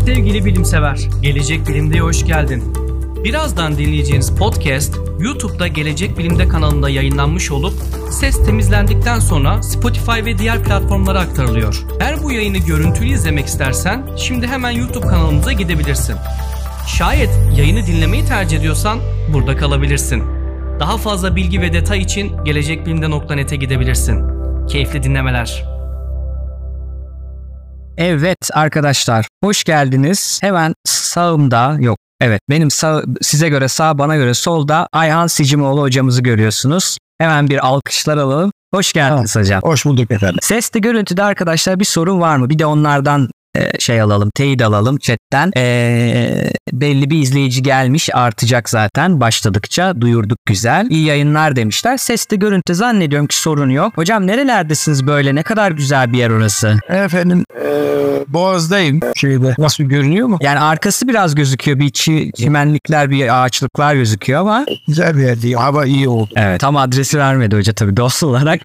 Sevgili bilimsever, Gelecek Bilim'de hoş geldin. Birazdan dinleyeceğiniz podcast, YouTube'da Gelecek Bilim'de kanalında yayınlanmış olup ses temizlendikten sonra Spotify ve diğer platformlara aktarılıyor. Eğer bu yayını görüntülü izlemek istersen şimdi hemen YouTube kanalımıza gidebilirsin. Şayet yayını dinlemeyi tercih ediyorsan burada kalabilirsin. Daha fazla bilgi ve detay için gelecekbilimde.net'e gidebilirsin. Keyifli dinlemeler. Evet arkadaşlar, hoş geldiniz. Hemen sağımda, yok evet benim size göre sağ, bana göre solda Ayhan Sicimoğlu hocamızı görüyorsunuz. Hemen bir alkışlar alalım. Hoş geldiniz hocam. Hoş bulduk efendim. Sesli görüntüde arkadaşlar bir sorun var mı? Bir de onlardan teyit alalım chatten. Belli bir izleyici gelmiş, artacak zaten başladıkça, duyurduk, güzel. İyi yayınlar demişler. Sesli görüntü zannediyorum ki sorun yok. Hocam nerelerdesiniz böyle? Ne kadar güzel bir yer orası. Efendim Boğaz'dayım. Nasıl görünüyor mu? Yani arkası biraz gözüküyor. Bir çimenlikler, bir ağaçlıklar gözüküyor ama. Güzel bir yer değil. Hava iyi oldu. Evet, tam adresi vermedi hoca tabii dost olarak.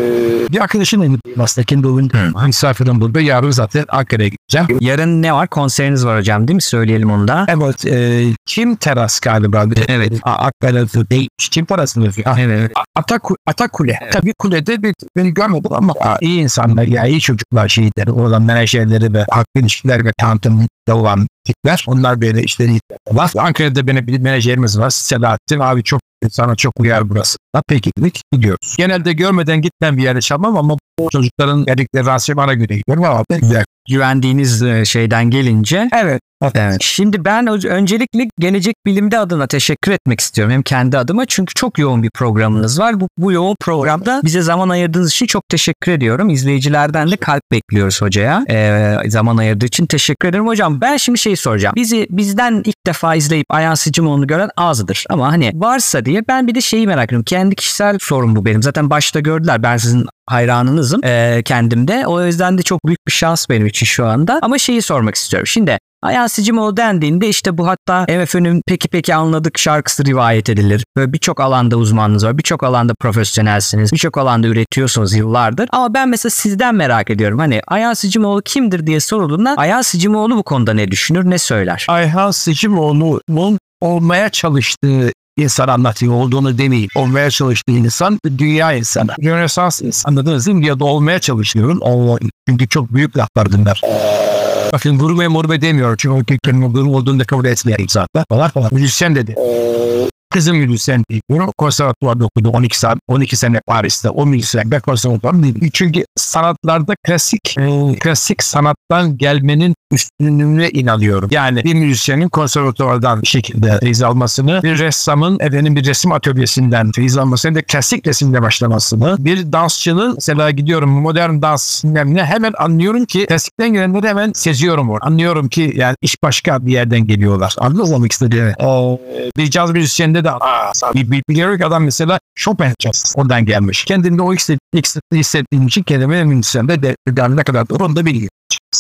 Bir arkadaşımla aslında kendi misafirim burada. Yarın zaten Ankara'ya gideceğim. Yarın ne var? Konseriniz var hocam değil mi? Söyleyelim onu da. Evet. Çim Teras galiba. Evet. Ankara'da değil. Çim Teras mı? Evet. Atakule. Evet. Tabii kulede beni görmedim ama iyi insanlar ya, iyi çocuklar, şehitleri, oradan menajerleri ve halk ilişkiler ve tanıtımda olan tipler. Onlar böyle işte var. Ankara'da benim bir menajerimiz var. Selahattin abi, sana çok uyar burası. Peki gidiyoruz. Genelde görmeden gitmem bir yere çalmam ama bu çocukların geldikleri rahatsız bana göre gidiyorum ama güzel. Güvendiğiniz şeyden gelince. Evet. Şimdi ben öncelikle Gelecek Bilim'de adına teşekkür etmek istiyorum. Hem kendi adıma, çünkü çok yoğun bir programınız var. Bu yoğun programda bize zaman ayırdığınız için çok teşekkür ediyorum. İzleyicilerden de kalp bekliyoruz hocaya. Zaman ayırdığı için teşekkür ederim hocam. Ben şimdi soracağım. Bizden ilk defa izleyip Ayhan Sicimoğlu'nu gören azdır. Ama hani varsa diye ben bir de şeyi merak ediyorum. Kendi kişisel sorun bu benim. Zaten başta gördüler. Ben sizin hayranınızım kendimde. O yüzden de çok büyük bir şans benim için şu anda. Ama şeyi sormak istiyorum. Şimdi Ayhan Sicimoğlu dendiğinde işte bu, hatta MFÖ'nün Peki Anladık şarkısı rivayet edilir. Böyle birçok alanda uzmanınız var. Birçok alanda profesyonelsiniz. Birçok alanda üretiyorsunuz yıllardır. Ama ben mesela sizden merak ediyorum. Hani Ayhan Sicimoğlu kimdir diye sorulduğunda Ayhan Sicimoğlu bu konuda ne düşünür, ne söyler? Ayhan Sicimoğlu'nun olmaya çalıştığı insan anlatıyor olduğunu demeyin. Olmaya çalıştığı insan dünya insanı. Rönesans insanı, anladınız değil mi? Ya da olmaya çalışıyorum. Çünkü çok büyük laflar bunlar. Bakın vurmaya demiyor. Çünkü o kelime olduğunu da kabul etmeyelim zaten. Falan. Müzisyen dedi. Kızım müzisyen diyorum. Konservatuvarda okudu 12 sene Paris'te. O müzisyen ben konservatuvar değilim. Çünkü sanatlarda klasik sanattan gelmenin üstünlüğüne inanıyorum. Yani bir müzisyenin konservatuvardan bir şekilde feyiz almasını, bir ressamın bir resim atölyesinden feyiz almasını, da klasik resimle başlamasını, bir dansçının mesela gidiyorum modern dans hemen anlıyorum ki klasikten gelenleri hemen seziyorum orada. Anlıyorum ki yani iş başka bir yerden geliyorlar. Anladınız mı istediğimi? Bir caz müzisyende de biliyorum ki adam mesela Chopin caz oradan gelmiş. Kendimde o hissettiğim için kendime müzisyende de ne kadar doğru onu da biliyorum.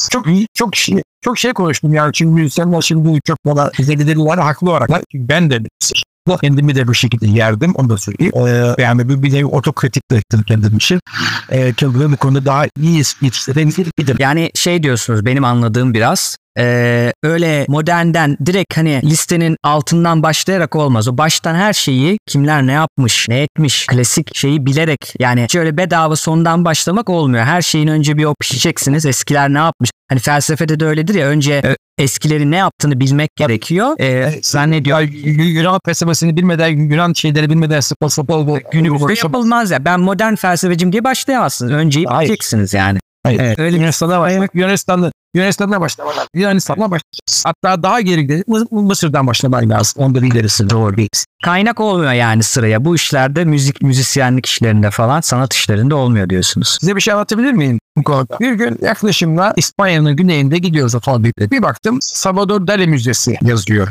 Çok şey konuştum yani, çünkü müzisyenler şimdi çok bana izledileri var haklı olarak. Ben de kendimi de bu şekilde yerdim, onu da söyleyeyim. Yani bir de otokritik de ettim kendim için. Kendimi bu konuda daha iyi yetiştirebilirim. Yani diyorsunuz, benim anladığım biraz öyle modernden direkt hani listenin altından başlayarak olmaz. O baştan her şeyi, kimler ne yapmış, ne etmiş, klasik şeyi bilerek, yani şöyle bedava sondan başlamak olmuyor. Her şeyin önce bir pişeceksiniz. Eskiler ne yapmış? Hani felsefede de öyledir ya, önce eskilerin ne yaptığını bilmek gerekiyor. Zannediyorum. Yunan felsefesini bilmeden, Yunan şeyleri bilmeden günümüzde yapılmaz ya. Ben modern felsefeciyim diye başlayamazsınız. Önceyi bileceksiniz yani. Hayır. Evet. Öyle Yunanistan'da başlamalar. Yunanistan'da başlayacağız. Hatta daha geri gidip Mısır'dan başlamak lazım. Onda ilerisi doğru değil. Kaynak olmuyor yani sıraya. Bu işlerde müzisyenlik işlerinde falan, sanat işlerinde olmuyor diyorsunuz. Size bir şey anlatabilir miyim bu konuda? Bir gün yaklaşımla İspanya'nın güneyinde gidiyoruz otobüsle. Bir baktım Salvador Dali Müzesi yazıyor.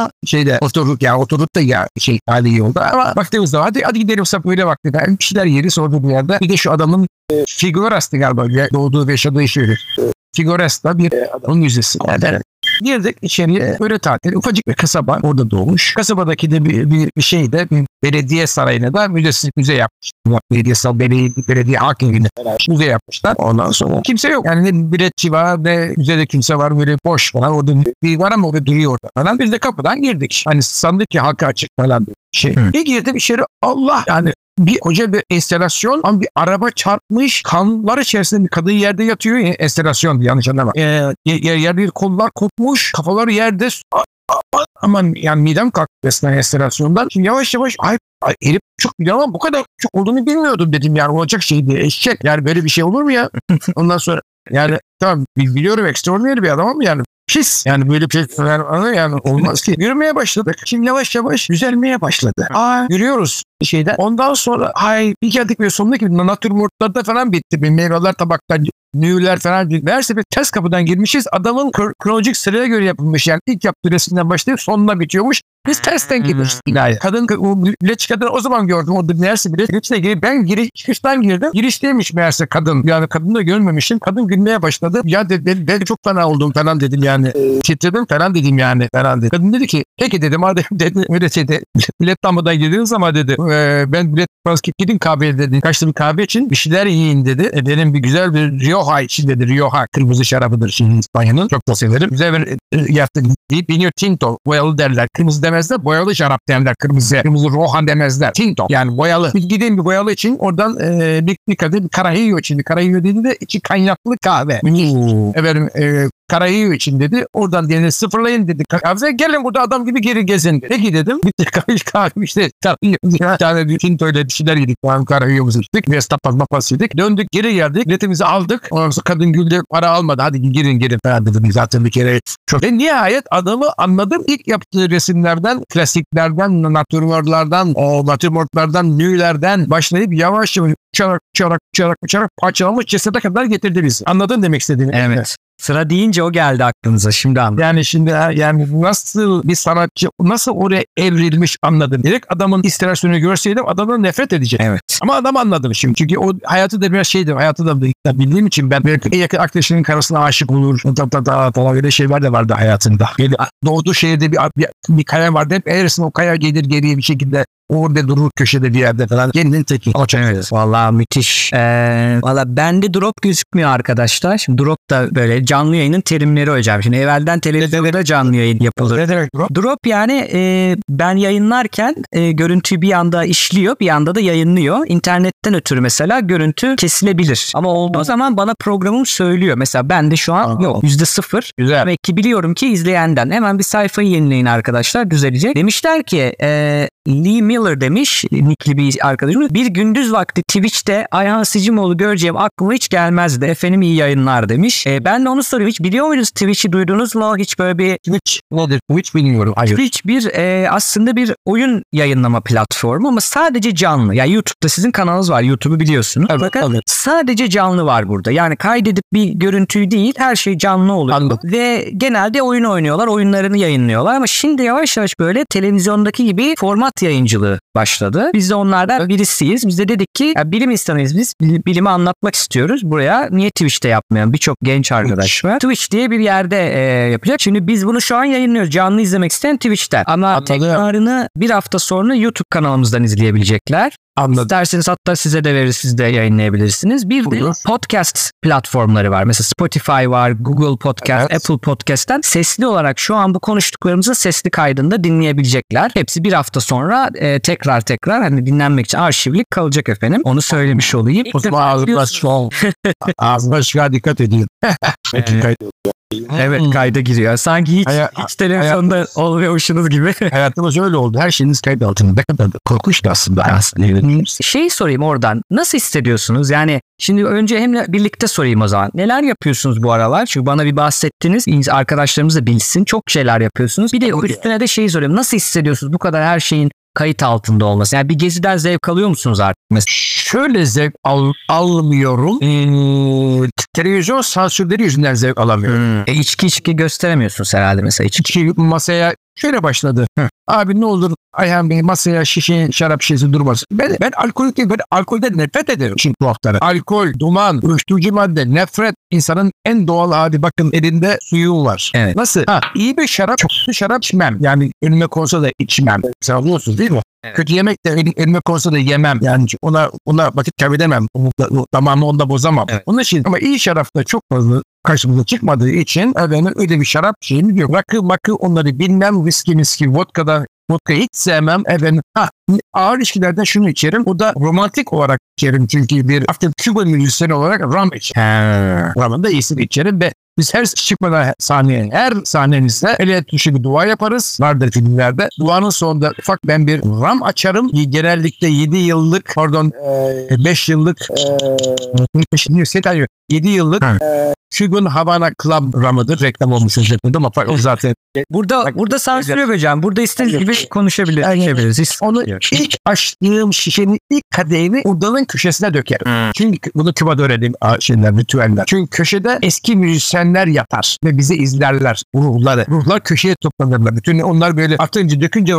Oturduk da hali yolda ama baktığımızda hadi gidelim böyle baktık. Bir şeyler yeri sordu bir yerde. Bir de şu adamın Figuras'tı galiba. Doğduğu ve yaşadığı şehir. Figuras'ta bir adamın müzesi. Girdik içeriye, böyle tatil. Ufacık bir kasaba, orada doğmuş. Kasabadaki de bir şeyde bir belediye sarayına da müze yapmışlar. Belediye hakimliğine müze yapmışlar. Ondan sonra kimse yok. Yani ne biletçi var ne müzede kimse var, böyle boş falan. Orada bir var ama orada duruyor orada falan. Biz de kapıdan girdik. Hani sandık ki halka açık falan bir şey. Bir girdim içeri, Allah, yani bir koca bir enstelasyon ama bir araba çarpmış, kanlar içerisinde bir kadın yerde yatıyor ya, enstelasyon yanlış anlama. Yerde kollar kopmuş, kafaları yerde. Aman yani midem kalktı resmen enstelasyondan. Şimdi yavaş yavaş herif çok biliyor ama bu kadar çok olduğunu bilmiyordum dedim, yani olacak şeydi, eşek. Yani böyle bir şey olur mu ya? Ondan sonra yani tamam biliyorum extraordinary bir adam ama yani pis. Yani böyle bir şey yani olmaz ki. Yürümeye başladık. Şimdi yavaş yavaş düzelmeye başladı. Yürüyoruz şeyden. Ondan sonra bir geldik ve sonundaki natürmortlarda falan bitti. Bir meyveler, tabaklar, nüller falan. Meğerse bir ters kapıdan girmişiz. Adamın kronolojik sıraya göre yapılmış. Yani ilk yaptığı resimden başlayıp sonuna bitiyormuş. Biz tersten girmişiz binaya. Kadın bilet çıkarttığını o zaman gördüm. Orada meğerse bilet içine girip ben çıkıştan girdim. Girişteymiş meğerse kadın. Yani kadını da görmemişim. Kadın gülmeye başladı. Ya dedi, ben çok fena oldum falan dedim yani. Titredim falan dedim yani falan dedi. Kadın dedi ki peki dedim, madem dedi öyle şeyde bilet damladan girdiniz ama dedi ben bilet basket gidin kahveye dedi. Kaçtım bir kahve için bir şeyler yiyin dedi. Benim bir güzel bir Rioja için dedi. Rioja kırmızı şarabıdır şimdi İspanya'nın. Çok da severim. Güzel bir yaptık. Vino Tinto boyalı derler. Kırmızı demezler. Boyalı şarap derler. Kırmızı Rohan demezler. Tinto. Yani boyalı. Gideyim bir boyalı için oradan bir kadeh Carajillo için. Carajillo dedi de içi kaynaklı kahve. Efendim Carajillo için dedi. Oradan yani sıfırlayın dedi. Gelin burada adam gibi geri gezin dedi. Peki dedim. Bitti kahve işte. Bir tane bir Tinto ile bir şeyler yedik. Carajillo'muzu içtik. Biraz tapas yedik. Döndük geri geldik. Biletimizi aldık. Ondan sonra kadın güldü. Para almadı. Hadi girin falan dedim. Zaten bir kere çok. Ve nihayet adamı anladım. İlk yaptığı resimlerden, klasiklerden, natürmortlardan, nülerden başlayıp yavaş yavaş uçarak parçalanmış cesede kadar getirdi bizi. Anladın demek istediğimi? Evet. Sıra deyince o geldi aklınıza, şimdi anladım. Yani şimdi yani nasıl bir sanatçı nasıl oraya evrilmiş anladım. Direkt adamın istirasyonu görseydim adamdan nefret edeceğim. Evet. Ama adam anladım şimdi. Çünkü o hayatı da biraz şeydi. Hayatı da bildiğim için ben en yakın arkadaşının karısına aşık olur. Falan öyle şeyler de vardı hayatında. Doğduğu şehirde bir kaya vardı. Hep eğersin o kaya gelir geriye bir şekilde orada durur köşede bir yerde falan. Kendini teki. Evet. Vallahi müthiş. Valla bende drop gözükmüyor arkadaşlar. Şimdi drop da böyle canlı yayının terimleri hocam. Şimdi evvelden televizyonda canlı yayın yapılır. Ne demek drop? Drop yani ben yayınlarken görüntüyü bir anda işliyor, bir anda da yayınlıyor. İnternetten ötürü mesela görüntü kesilebilir. Ama olduğu zaman bana programım söylüyor. Mesela bende şu an yok. %0. Güzel. Demek ki biliyorum ki izleyenden. Hemen bir sayfayı yenileyin arkadaşlar, düzelecek. Demişler ki Lee Miller demiş, nickli bir arkadaşımız. Bir gündüz vakti Twitch'te Ayhan Sicimoğlu göreceğim aklıma hiç gelmezdi. Efendim iyi yayınlar demiş. Ben de onu soruyorum. Hiç biliyor muydunuz? Twitch'i duydunuz mu? Hiç böyle bir... Twitch nedir? Twitch bilmiyorum. Hayır. Twitch bir aslında bir oyun yayınlama platformu ama sadece canlı. Yani YouTube'da sizin kanalınız var. YouTube'u biliyorsunuz. Evet, fakat evet. sadece canlı var burada. Yani kaydedip bir görüntüyü değil, her şey canlı oluyor. Anladım. Ve genelde oyun oynuyorlar. Oyunlarını yayınlıyorlar ama şimdi yavaş yavaş böyle televizyondaki gibi format yayıncılığı başladı. Biz de onlardan birisiyiz. Biz de dedik ki bilim insanıyız biz. Bilimi anlatmak istiyoruz. Buraya niye Twitch'te yapmayan birçok genç arkadaş var. Twitch diye bir yerde yapacak. Şimdi biz bunu şu an yayınlıyoruz. Canlı izlemek isteyen Twitch'ten. Ama tekrarını bir hafta sonra YouTube kanalımızdan izleyebilecekler. Anladım. İsterseniz hatta size de verir, siz de yayınlayabilirsiniz. Bir de podcast platformları var. Mesela Spotify var, Google Podcast, evet. Apple Podcast'ten sesli olarak şu an bu konuştuklarımızı sesli kaydında dinleyebilecekler. Hepsi bir hafta sonra tekrar hani dinlenmek için arşivlik kalacak efendim. Onu söylemiş olayım. Ağzına çıkar dikkat edin. Evet, kayda giriyor. Sanki hiç televizyonda olmuyormuşsunuz gibi. Hayatımız öyle oldu. Her şeyiniz kayıt altında. Ne kadar da korkunçtu aslında. Şey sorayım oradan. Nasıl hissediyorsunuz? Yani şimdi önce hem birlikte sorayım o zaman. Neler yapıyorsunuz bu aralar? Çünkü bana bir bahsettiniz. Arkadaşlarımız da bilsin. Çok şeyler yapıyorsunuz. Bir de üstüne de şeyi sorayım. Nasıl hissediyorsunuz bu kadar her şeyin kayıt altında olması? Yani bir geziden zevk alıyor musunuz artık mesela? Şöyle zevk almıyorum. Televizyon sansürleri yüzünden zevk alamıyorum. İçki gösteremiyorsunuz herhalde mesela. İçki masaya şöyle başladı. Abi ne olur Ayhan Bey masaya şarap şişesi durmasın. Ben alkolik değil, ben alkolden nefret ederim şimdi bu haftada. Alkol, duman, uyuşturucu madde, nefret insanın en doğal hali. Bakın elinde suyu var. Evet. Nasıl? İyi bir şarap, çok şarap içmem. Yani önüme konsa da içmem. Sen anlıyorsunuz değil mi? Evet. Kötü yemek de elime konsa da yemem. Yani ona vakit kaybedemem. Tamamını onda bozamam. Evet. Onun için ama iyi şarapta çok fazla karşımıza çıkmadığı için öyle bir şarap şeyim yok. Rakı onları bilmem. Viski, vodka hiç sevmem. Ağır içkilerden şunu içerim. O da romantik olarak içerim. Çünkü bir Küba müzisyeni olarak rum içerim. Rum'ın da iyisini içerim ve biz her çıkmadan her sahnemizde el tuşu bir dua yaparız. Vardır filmlerde. Duanın sonunda ben bir rum açarım. Genellikle 7 yıllık 7 yıllık Cuban Havana Club rum'ıdır. Reklam olmuş özellikle ama o zaten. Burada sansür yok hocam. Burada istediğiniz gibi konuşabiliriz. Onu ilk açtığım şişenin ilk kadehini odanın köşesine dökerim. Çünkü bunu Küba'da öğrendiğim ritüeller. Çünkü köşede eski müzisyenler yatar ve bizi izlerler. Ruhlar köşeye toplanırlar. Bütün onlar böyle atınca dökünce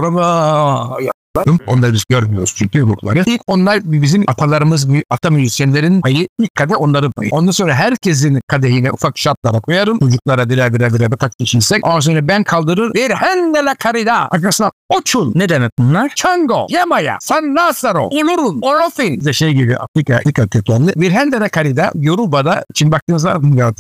onları biz görmüyoruz çünkü ruhları. İlk onlar bizim atalarımız, ata müzisyenlerin payı, ilk kadeh onların payı. Ondan sonra herkesin kadehine ufak şartlara koyarım. Çocuklara birer kaç kişiysek. Ondan sonra ben kaldırır. Virgen de la Caridad. Arkasından Oçun. Ne demek bunlar? Chango, Yamaya, San Lazaro, Ulurun, Orofin. İşte gibi Afrika kökenli. Virgen de la Caridad Yoruba'da, şimdi baktığınızda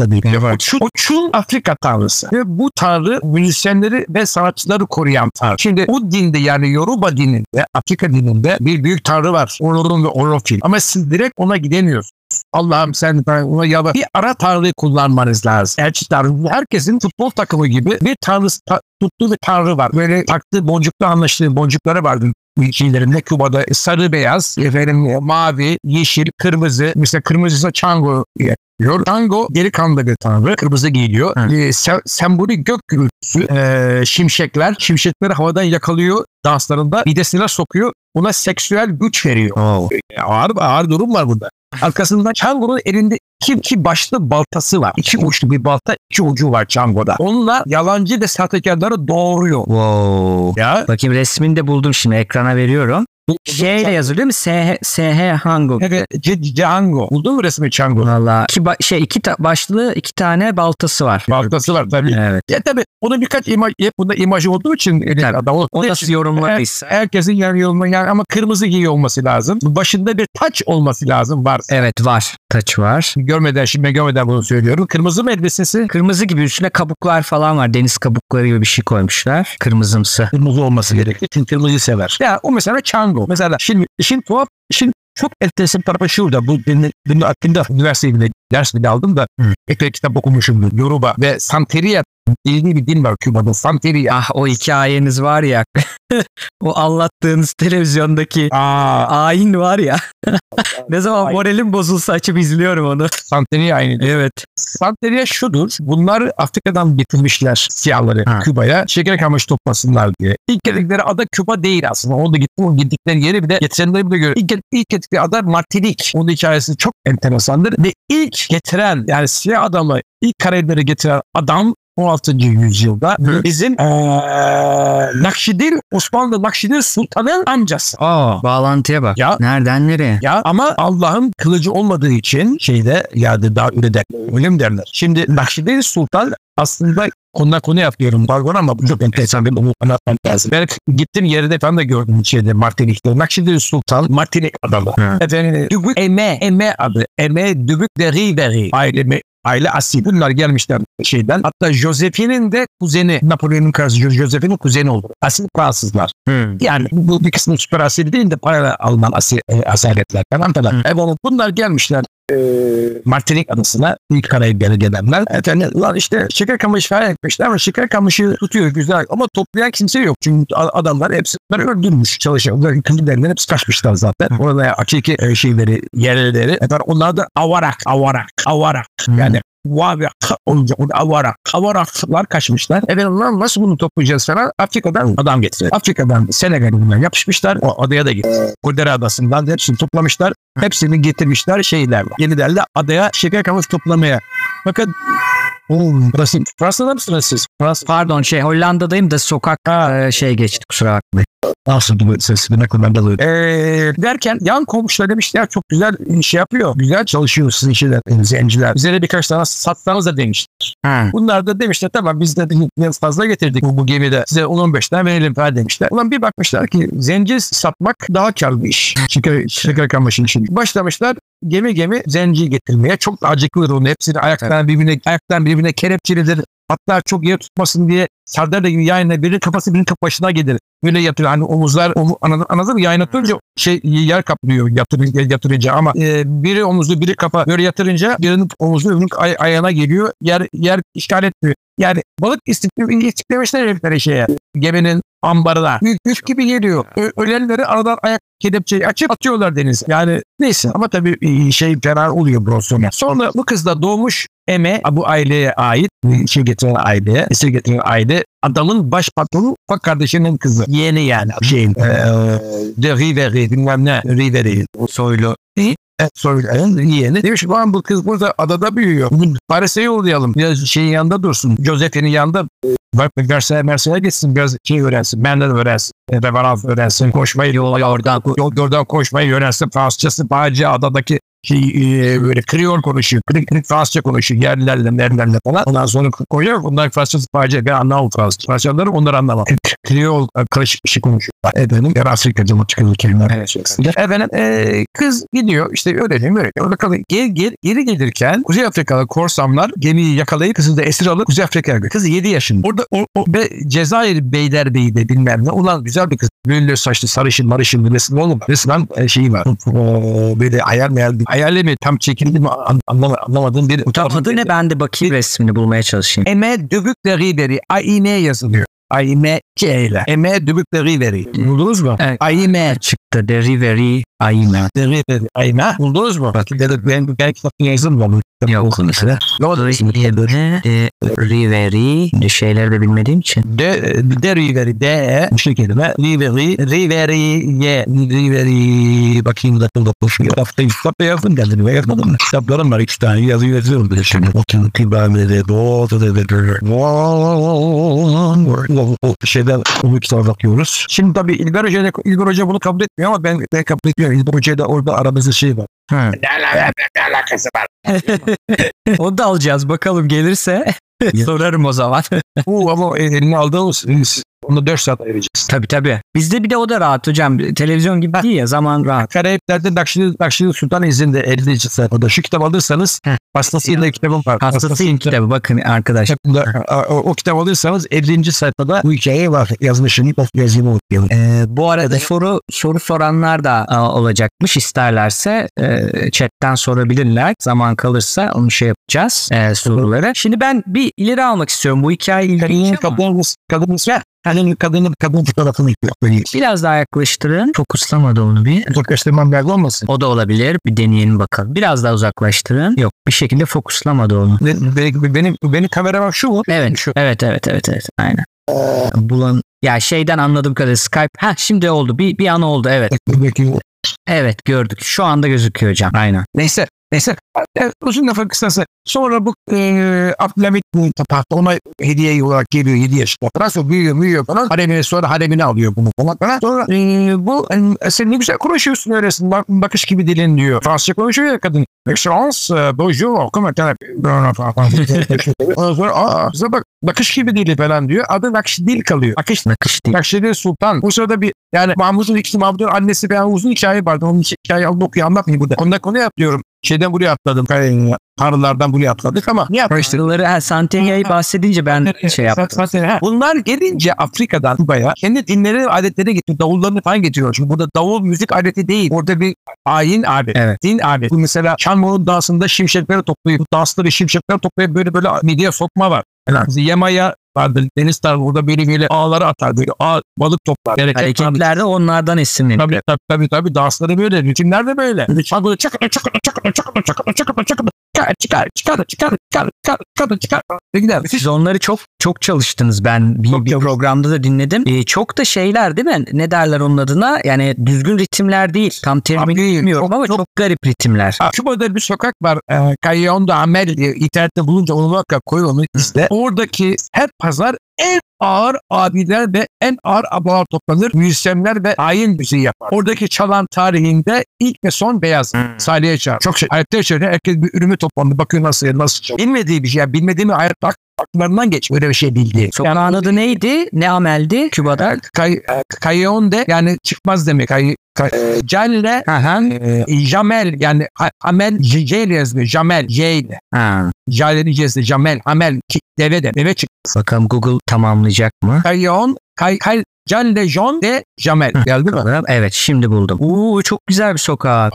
Oçun Afrika tanrısı. Ve bu tanrı müzisyenleri ve sanatçıları koruyan tanrı. Şimdi o dinde yani Yoruba dininde, Afrika dininde bir büyük tanrı var. Ulurun ve Orofin. Ama siz direkt ona gidemiyorsunuz. Allah'ım sen ona yalvar. Bir ara tanrıyı kullanmanız lazım. Elçi tanrı. Herkesin futbol takımı gibi bir tuttuğu bir tanrı var. Böyle taktığı boncukla anlaştığı boncukları vardır. Şeylerinde Küba'da sarı beyaz, mavi, yeşil, kırmızı. Mesela kırmızısı Chango diyor. Chango delikanlı bir tanrı. Kırmızı giyiliyor. Sembolik gök gürültüsü. Şimşekleri havadan yakalıyor. Danslarında midesine sokuyor. Ona seksüel güç veriyor. Ağır durum var burada. Arkasında Chango'nun elinde iki başlı baltası var. 2 uçlu bir balta, 2 ucu var Chango'da. Onunla yalancı ve sahtekarları doğuruyor. Wow. Ya. Bakayım resmini de buldum şimdi ekrana veriyorum. Şeyle yazıyor değil mi? SH Hango. Evet, Hango. Buldun mu resmi Chango? Valla. İki başlı 2 tane baltası var. Baltası var tabii. Evet. Ya tabii onun birkaç bunda imajı olduğu için o nasıl yorumladıysa. Herkesin yorumu yani ama kırmızı giyiyor olması lazım. Başında bir taç olması lazım varsa. Evet var. Taç var. Görmeden bunu söylüyorum. Kırmızı mı elbisesi? Kırmızı gibi üstüne kabuklar falan var. Deniz kabukları gibi bir şey koymuşlar. Kırmızımsı. Kırmızı olması gerekli. Çünkü kırmızıyı sever. Ya o mesela Chango. Mesela şimdi işin çok enteresan tarafı şurada. Bunun hakkında üniversitede ders bile aldım da epey kitap okumuşum. Yoruba ve Santeria ilgili bir din var Küba'da. Santeria. O hikayeniz var ya. O anlattığınız televizyondaki ayin var ya. Ne zaman moralim bozulsa açıp izliyorum onu. Santeria ayini. Evet. Santeria şudur. Bunlar Afrika'dan getirmişler siyahları Küba'ya. Şeker kamışı toplasınlar diye. İlk geldikleri ada Küba değil aslında. Orada gittikleri yeri bir de getirenleri de göre. İlk getirdikleri ada Martinik. Onun hikayesi çok enteresandır. Ve ilk getiren yani siyah adamı ilk Karayipleri getiren adam 16. yüzyılda bizim Osmanlı Nakşidil Sultan'ın amcası. Bağlantıya bak. Ya, nereden nereye? Ya ama Allah'ın kılıcı olmadığı için daha öyle mi derler? Şimdi Nakşidil Sultan aslında konu yapıyorum. Pardon ama bu çok enteresan. Ben onu anlatmam lazım. Ben gittim yerde falan da gördüm Martinik'te. Nakşidil Sultan Martinik adamı. Efendim Dübük Eme adı. Eme Dübük Deri aile asil. Bunlar gelmişler şeyden. Hatta Josephine'in de kuzeni. Napolyon'un karısı Josephine'in kuzeni olur. Asil Fransızlar. Yani bu bir kısmı süper asil değil de parayla alınan asaletler falan. Bunlar gelmişler Martinik adasına ilk Karayipleri gelenler. Efendim lan işte şeker kamışı falan ekmişler ama şeker kamışı tutuyor güzel ama toplayan kimse yok. Çünkü adamlar hepsi öldürmüş çalışıyor. Kılıçlarından hepsi kaçmışlar zaten. Orada hakiki yerleri. Onlar da avarak. Yani olunca avaraklar kaçmışlar. Lan nasıl bunu toplayacağız falan. Afrika'dan adam getiriyor. Afrika'dan Senegal'den yapışmışlar. O adaya da gitti. Kudere Adası'ndan hepsini toplamışlar. Hepsini getirmişler şeylerle. Yeniden de adaya şeker kamışı toplamaya. Fakat Burası Fransa'da mısınız siz? Pardon Hollanda'dayım da sokak geçti kusura bakmayın. Nasıl bu sesini ne kadar dalıyor. Derken yan komşular demişler çok güzel şey yapıyor. Güzel çalışıyor sizin şeyler, zenciler. Bize de birkaç tane satsanız da demişler. Bunlar da demişler tamam biz de biraz fazla getirdik bu gemide. Size 10-15 tane verelim falan demişler. Ulan bir bakmışlar ki zenci satmak daha karlı bir iş. Şeker kamışın için. Başlamışlar gemi zenci getirmeye. Çok da acıklıdır onun. Hepsini ayaktan birbirine kelepçelidir. Hatta çok yer tutmasın diye sardalya gibi yayına birinin kafası birinin başına gelir. Böyle yatıyor. Hani omuzlar anladın mı? Yayına tutunca yer kaplıyor yatırınca ama biri omuzu biri kafa böyle yatırınca birinin omuzu öbürünün ayağına geliyor. Yer işgal etmiyor. Yani balık istiklemişler herifleri geminin ambarına. Büyük gibi geliyor. Ölenleri aradan ayak kelepçeyi açıp atıyorlar denize. Yani neyse ama tabii fena oluyor Bronson'a. Sonra bu kız da doğmuş Eme bu aileye ait esir getiren aile adamın baş patronu ufak kardeşinin kızı. Yeğeni yani de Riveri bilmem ne Riveri soylu. Soylu'nun yeğeni. Demiş bu kız burada adada büyüyor. Paris'e yollayalım. Biraz yanında dursun. Josephine'in yanında Versailles'e gitsin. Biraz öğrensin. Benden öğrensin. Reverans öğrensin. Koşmayı oradan koşmayı öğrensin. Fransızcası Bağcı adadaki böyle Kriol konuşuyor. Fransızca konuşuyor. Yerlilerle falan. Ondan sonra koyuyor. Bunlar Fransızcası Bağcı. Ben anlamam Fransızca. Fransızcaları onlar anlamam. Kriol karışık bir şey konuşuyor. Yer Afrika'da çıkıyor kelimeler. Kız gidiyor. İşte öğreniyor. Orada kalıyor. Geri gelirken Kuzey Afrikalı korsanlar gemiyi yakalayıp kızı da esir alıp Kuzey Afrika'ya gidiyor. Kız 7 yaşında. Orada Cezayir Beylerbeyi de bilmem ne. Ulan güzel bir kız. Böyle saçlı sarışın resmen şeyi var. Böyle hayal mi tam çekildi mi anlamadığım bir. Adı ne ben de bakayım resmini bulmaya çalışayım. Eme Dubuk de Riveri. A-I-M yazılıyor. A-I-M ile. Eme Dubuk de Riveri. Buldunuz mu? Evet. A-I-M çıktı. De Riveri A-I-M. De Riveri A-I-M. Buldunuz mu? Ben belki yazılmadım. Yok mesela. Riveri şeyleri de bilmediğim için. De Riveri de bu şekilde Riveri bakayım da kitapta yazdım geldim ve yazmadım. Kitaplarım var 2 tane yazıyorum şimdi. Bu kitaba bakıyoruz. Şimdi tabii İlber Hoca bunu kabul etmiyor ama ben kabul etmiyorum. İlber Hoca'da orada aramızda var. Ne alakası var? Onu da alacağız bakalım gelirse. Sorarım o zaman. Ama elini aldığımız onu 4 saat ayıracağız. Tabii. Bizde bir de o da rahat hocam. Televizyon gibi değil ya zaman rahat. Karayipler'de Nakşili Sultan izinde 50. sayfada. Şu kitap alırsanız Hastasıyla kitabım var. Hastasıyım kitabı bakın arkadaşlar. O kitap alırsanız 50. sayfada bu hikaye var. Yazmışım. Yazımı okuyalım. Bu arada soru soranlar da olacakmış. İsterlerse chatten sorabilirler. Zaman kalırsa onu yapacağız soruları. Şimdi ben bir ileri almak istiyorum. Bu hikaye ilginç ama. Kadın fotoğrafını yapıyor. Biraz daha yaklaştırın. Fokuslamadı onu bir. Uzaklaştırmam belli olmasın. O da olabilir. Bir deneyelim bakalım. Biraz daha uzaklaştırın. Yok bir şekilde fokuslamadı onu. Benim kameram şu mu? Evet. Şu. Evet. Aynen. Ya şeyden anladığım kadarıyla Skype. Şimdi oldu. Bir an oldu evet. Evet gördük. Şu anda gözüküyor hocam. Aynen. Neyse. Uzun lafın kısası. Sonra bu Abdülhamit tahta ona hediye olarak geliyor 7 yaşında. Sonra büyüyor falan. Haremini alıyor bunu falan. Sonra bu sen ne güzel konuşuyorsun öylesin. Bakış gibi dilin diyor. Fransızca konuşuyor ya kadın. Excellence, bonjour, comment ondan sonra bize bak bakış gibi dili falan diyor. Adı Nakşidil kalıyor. Nakşidil Sultan. Bu sırada Mahmud'un annesi falan uzun hikaye vardı. Onun hikayeyi anlatmayayım burada. Konuya atlıyorum. Şeyden buraya atladım. Tanrılardan buraya atladık ama niye atladık? Santiago'yu bahsedince ben yaptım. Bunlar gelince Afrika'dan Kuba'ya kendi dinleri adetlerine getiriyor. Davullarını falan getiriyor. Çünkü burada davul müzik adeti değil. Orada bir ayin adet. Evet. Din adet. Bu mesela Şanmoğlu dansında şimşekleri toplayıp, bu dansları şimşekleri toplayıp böyle midye sokma var. Yani Yemaya vardır. Deniz tarzı orada böyle ağları atar. Böyle balık toplar. Hareketler de onlardan esinleniyor. Tabii. Dansları böyle. Ritimler de böyle. Çıkar. Siz onları çok çalıştınız. Ben bir programda da dinledim. Çok da şeyler değil mi? Ne derler onun adına? Yani düzgün ritimler değil. Tam terimini bilmiyorum ama çok garip ritimler. Küba'da bir sokak var. Callejón de Amel diye internette bulunca onu muhakkak koy, onu izle. Oradaki her pazar en ağır abiler ve en ağır abalar toplanır. Müzisyenler ve ayin müziği yapar. Oradaki çalan tarihinde ilk ve son beyaz. Salih'e çağır. Çok şey. Hayatta yaşıyor. Herkes bir ürünü toplandı. Bakıyor nasıl çalıyor. Bilmediği bir şey. Yani bilmediğimi hayatta akllarından geç. Böyle bir şey bildiği. Sokağın adı neydi? Ne ameldi Küba'da? Callejón de yani çıkmaz demek. Calle Jamel yani Amel J ile yazılıyor. Jamel J ile. Calle diyeceğiz de Jamel Amel deve çıktı. Bakalım Google tamamlayacak mı? Calle John de Jamel. Geldi mi? Evet, şimdi buldum. Çok güzel bir sokak.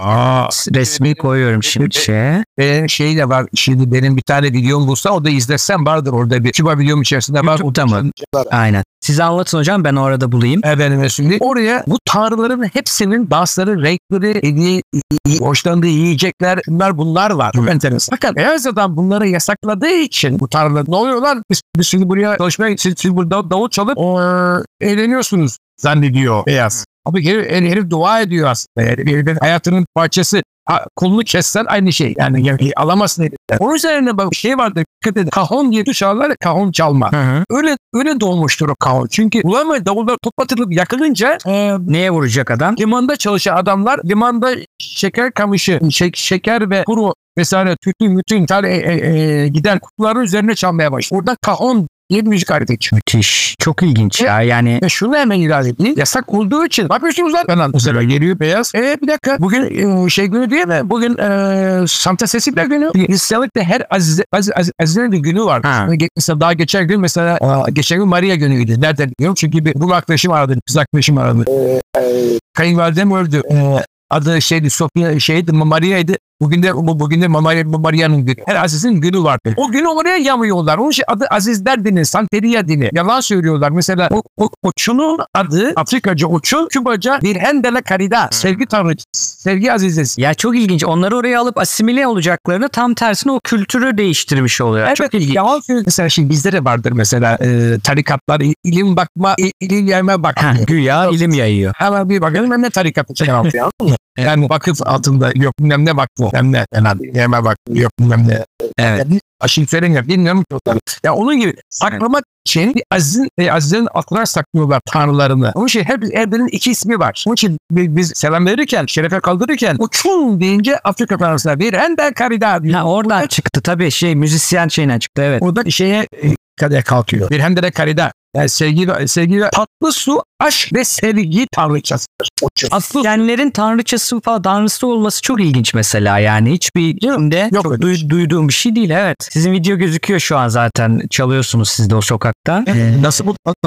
Resmi koyuyorum şimdi Benim şey de var. Şimdi benim bir tane videom bulsa o da izlesem vardır orada bir. Küba videom içerisinde var. YouTube'da mı? Aynen. Siz anlatın hocam, ben orada bulayım. Efendim şimdi oraya bu tanrıların hepsinin dansları, renkleri, hoşlandığı yiyecekler, bunlar var. Çok enteresan. Fakat beyaz adam bunları yasakladığı için bu tanrılar ne oluyor lan? Biz şimdi buraya çalışmaya, siz burada davul çalıp eğleniyorsunuz zannediyor beyaz. Ama herif dua ediyor aslında. Yani hayatının parçası. Kolunu kessen aynı şey. Yani alamazsın elinden. Onun üzerine bak bir şey vardır. Dikkat edin. Kahon diye çalarlar, kahon çalma. Öyle doğmuştur o kahon. Çünkü ulan davullar toplatılıp yakılınca neye vuracak adam? Limanda çalışan adamlar limanda şeker kamışı, şeker ve kuru vesaire bütün giden kutuların üzerine çalmaya başlıyor. Orada kahon diye bir müzik aleti çıkıyor. Müthiş. Çok ilginç ya. Yani ve şunu hemen ilave edeyim. Yasak olduğu için ne yapıyorsunuz lan? Ben mesela geliyor beyaz. Bir dakika. Bugün günü değil mi? Bugün Santa Cecilia günü. Hristiyanlıkta her Azizlerin bir günü var. Mesela daha geçen gün geçen gün Maria günüydü. Nereden biliyorum? Çünkü bir ruh arkadaşım aradı. Kız arkadaşım aradı. Kayınvalidem öldü. Adı Sofia Maria'ydı. Bugün de Maria'nın günü. Her Aziz'in günü var. O günü oraya yamıyorlar. Onun için adı Azizler dini, Santeria dini. Yalan söylüyorlar. Mesela Oçun'un adı, Afrikaca Oçun, Kübaca Virgen de la Caridad. Sevgi tanrıcısı, sevgi azizesi. Ya çok ilginç. Onları oraya alıp asimile olacaklarını tam tersine o kültürü değiştirmiş oluyor. Evet, çok ilginç. Yalan söylüyor. Mesela şimdi bizde de vardır mesela tarikatlar, ilim bakma, ilim yayma bakma. Güya ilim yayıyor. Hemen bir bakalım hem ne tarikatı anlatıyor. Yani vakıf altında yok bilmem ne vakfı. Hem ne yeme vakfı yok bilmem ne. Evet. Yani aşiflerin ya bilmiyorum ki. Ya onun gibi saklamak için Azizlerin aklına saklıyorlar tanrılarını. Onun için her birinin iki ismi var. Onun için biz selam verirken, şerefe kaldırırken Uçun deyince Afrika tanrısına Virgen de la Caridad diyor. Oradan çıktı tabii müzisyen şeyinden çıktı, evet. Orada şeye kalkıyor. Virgen de la Caridad. Yani sevgi ve tatlı su, aşk ve sevgi tanrıçasıdır. Aslenlerin tanrıçası falan, tanrısı olması çok ilginç mesela, yani hiçbir filmde duyduğum bir şey değil, evet. Sizin video gözüküyor şu an zaten, çalıyorsunuz siz de o sokakta. Nasıl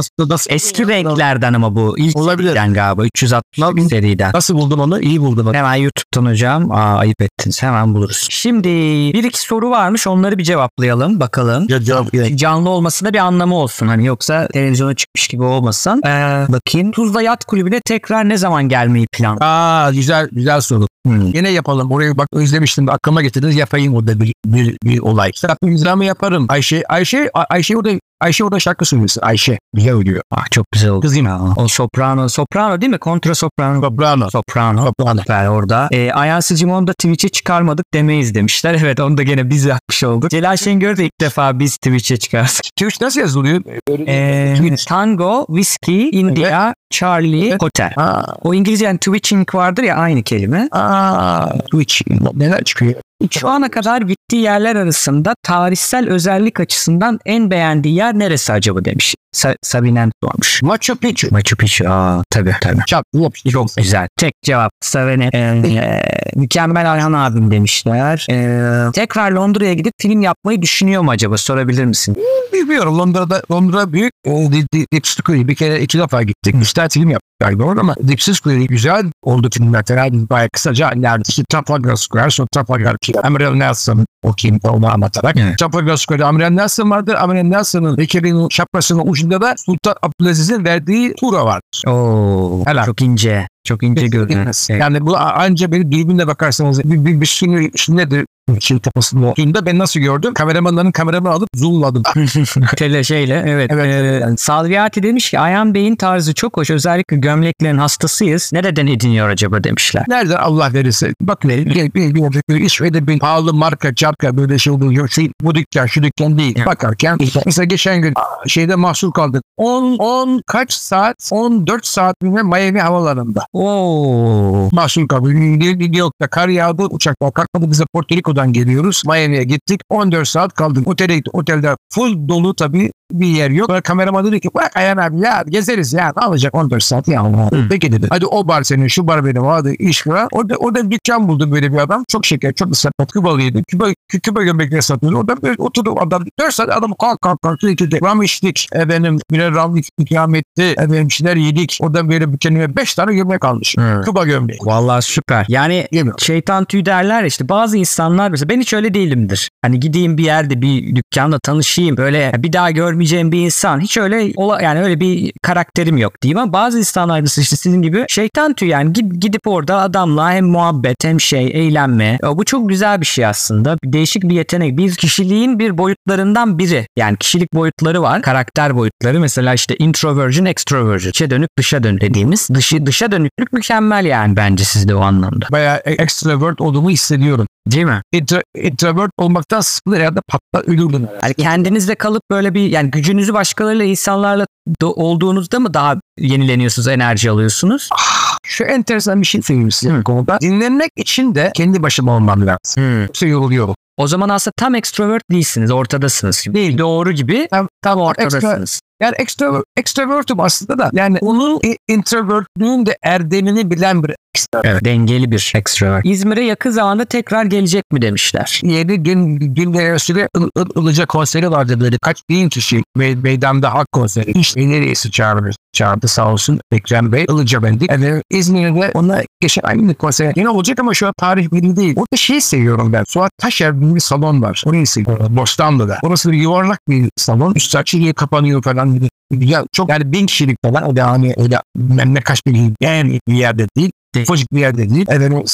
eski renklerden ama bu ilk olabilir yani galiba 360 seriden. Nasıl buldun onu? İyi buldum. Hemen YouTube'dan hocam. Ayıp ettiniz, hemen buluruz. Şimdi bir iki soru varmış, onları bir cevaplayalım bakalım. Canlı olmasına bir anlamı olsun, hani yoksa televizyona çıkmış gibi olmasın. Bakayım. Tuzla Yat Kulübü'ne tekrar ne zaman gelmeyi planlıyorsunuz? Güzel soru. Yine yapalım. Orayı bak özlemiştim. Aklıma getirdiniz. Yapayım orada bir olay. İmzamı yaparım. Ayşe orada şarkı söylüyorsun. Ayşe. Güzel oluyor. Çok güzel oldu. Kızım. O soprano değil mi? Kontra soprano. Soprano. Süper orada. Ayhansı Cimon'u da Twitch'e çıkarmadık demeyiz demişler. Evet, onu da gene biz yapmış olduk. Celal Şengör'ü de ilk defa biz Twitch'e çıkardık. Twitch nasıl yazılıyor? Tango, Whiskey, India, evet. Charlie, Hotel. O İngilizce yani Twitching vardır ya, aynı kelime. Twitch. Neler çıkıyor? Şu ana kadar gittiği yerler arasında tarihsel özellik açısından en beğendiği yer neresi acaba demiş. Sabinen sormuş. Machu Picchu. Tabii. Çok güzel. Tek cevap Sabine. Mükemmel Ayhan abim demişler. Tekrar Londra'ya gidip film yapmayı düşünüyor mu acaba? Sorabilir misin? Bilmiyorum. Londra büyük. Dipsiz Kulübü bir kere 2 defa gittik. Müstahil film yaptık galiba ama Dipsiz Kulübü güzel oldu filmler. Bayağı kısaca işte Trafalgar Square, sonra Trafalgar, Emerald Nelson, O kimde onu anlatarak. Trafalgar Square'da Amiral Nelson vardır. Amiral Nelson'ın heykelinin şapkasının ucunda da Sultan Abdülaziz'in verdiği tura vardır. Oo, Helal. çok ince. Çok ince görünüyor. Yani bu anca bir dürbünle bakarsanız bir şey nedir? Şey tepasında olduğunda ben nasıl gördüm? Kameramanların kameramı alıp zoomladım. Şeyle evet. Evet. Salviati demiş ki Ayhan Bey'in tarzı çok hoş. Özellikle gömleklerin hastasıyız. Nereden ediniyor acaba demişler. Nereden Allah verirse. Bakın bir İsveç'te bir pahalı marka, çarka böyle şey oluyor. Bu dükkan, şu dükkan değil. Evet. Bakarken mesela geçen gün şeyde mahsur kaldık. 14 saat Miami havalarında. Oo. Mahsur kaldık. New York'ta kar yağdı. Uçaklar kalkmadı. Bize Porto Rico'dan geliyoruz. Miami'ye gittik. 14 saat kaldık. Otele gittik. Otelde full dolu tabii. Bir yer yok. Böyle kameraman dedi ki bak Ayhan abi ya gezeriz ya. Ne alacak 14 saat ya. Peki dedi. Hadi o bar senin, şu bar benim. Hadi iş var. Orada dükkan buldu böyle bir adam. Çok şeker, çok ıslatmak. Kübalıydı. Küba gömlekleri satıyordu. Orada böyle oturdu adam. 4 saat adam kalk. Ram içtik. Efendim birer ram ikram etti. Efendim şeyler yedik. Oradan böyle bir kendime 5 tane gömlek almış. Küba gömleği. Vallahi süper. Yani şeytan tüy derler işte bazı insanlar mesela ben hiç öyle değilimdir. Hani gideyim bir yerde bir dükkanla tanışayım böyle bir daha görmeyeceğim bir insan hiç öyle yani öyle bir karakterim yok diyeyim ama bazı insanlar da işte sizin gibi şeytan tüy yani gidip orada adamla hem muhabbet hem eğlenme. Bu çok güzel bir şey aslında. Değişik bir yetenek. Bir kişiliğin bir boyutlarından biri. Yani kişilik boyutları var. Karakter boyutları. Mesela işte introversion, extroversion. İçe dönük, dışa dönük dediğimiz. Dışa dönüklük mükemmel yani bence sizde o anlamda. Bayağı extrovert olduğumu hissediyorum. Değil mi? Introvert olmaktan sıkılır ya da patlar ölürdün. Yani kendinizde kalıp böyle bir yani gücünüzü başkalarıyla insanlarla olduğunuzda mı daha yenileniyorsunuz, enerji alıyorsunuz? Şu enteresan bir şey söyleyeyim size bu konuda. Dinlenmek için de kendi başıma olmam lazım. Yoksa yoruluyorum. O zaman aslında tam extrovert değilsiniz, ortadasınız. Değil. Doğru gibi tam ortadasınız. Yani extrovertum aslında da yani onun introvertlüğün de erdemini bilen bir extrovert. Evet, dengeli bir extrovert. İzmir'e yakın zamanda tekrar gelecek mi demişler. Yeni gün süre Ilıca konseri vardı böyle kaç bin kişi meydanda halk konseri. İşte neresi çağırdı sağ olsun Ekrem Bey. Ilıca bendik. Yani İzmir'de ona geçen aynı konser yine olacak ama şu an tarih belli değil. Orada seviyorum ben. Suat Taşer bir salon var. Orayı seviyorum. Bostanlı'da. Orası bir yuvarlak bir salon. Üst açıya kapanıyor falan. Ya çok yani 1000 kişilik falan o da hani öyle ne kaç bin yani bir yerde değil. Ufacık bir yerde değil. Efendim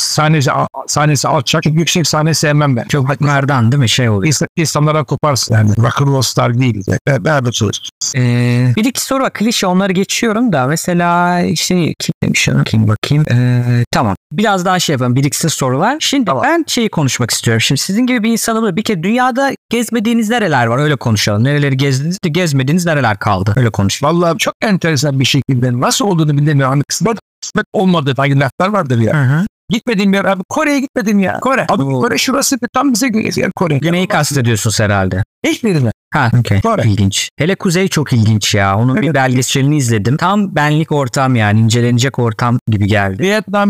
sahnesi alçak. Çok yüksek sahne sevmem ben. Çok nereden değil mi oluyor. İnsanlara koparsın yani. Rock'n'roll star değil. Beraber çalışacağız. Bir iki soru var. Klişe onları geçiyorum da. Mesela kim demiş onu? Bakayım. Tamam. Biraz daha yapalım. Bir iki soru var. Şimdi tamam. Ben konuşmak istiyorum. Şimdi sizin gibi bir insanım bir kere dünyada gezmediğiniz nereler var? Öyle konuşalım. Nereleri gezdiniz de gezmediğiniz nereler kaldı? Öyle konuşalım. Vallahi çok enteresan bir şekilde nasıl olduğunu bilmiyorum. Kısmet olmadı. Hangi laflar vardır ya. Hı. Gitmediğim yer abi. Kore'ye gitmedim ya. Kore şurası tam bize göre yer Kore. Neyi kastediyorsunuz herhalde? Hiçbirine. Okay. İlginç. Hele Kuzey çok ilginç ya. Onun bir belgeselini izledim. Tam benlik ortam yani. İncelenecek ortam gibi geldi.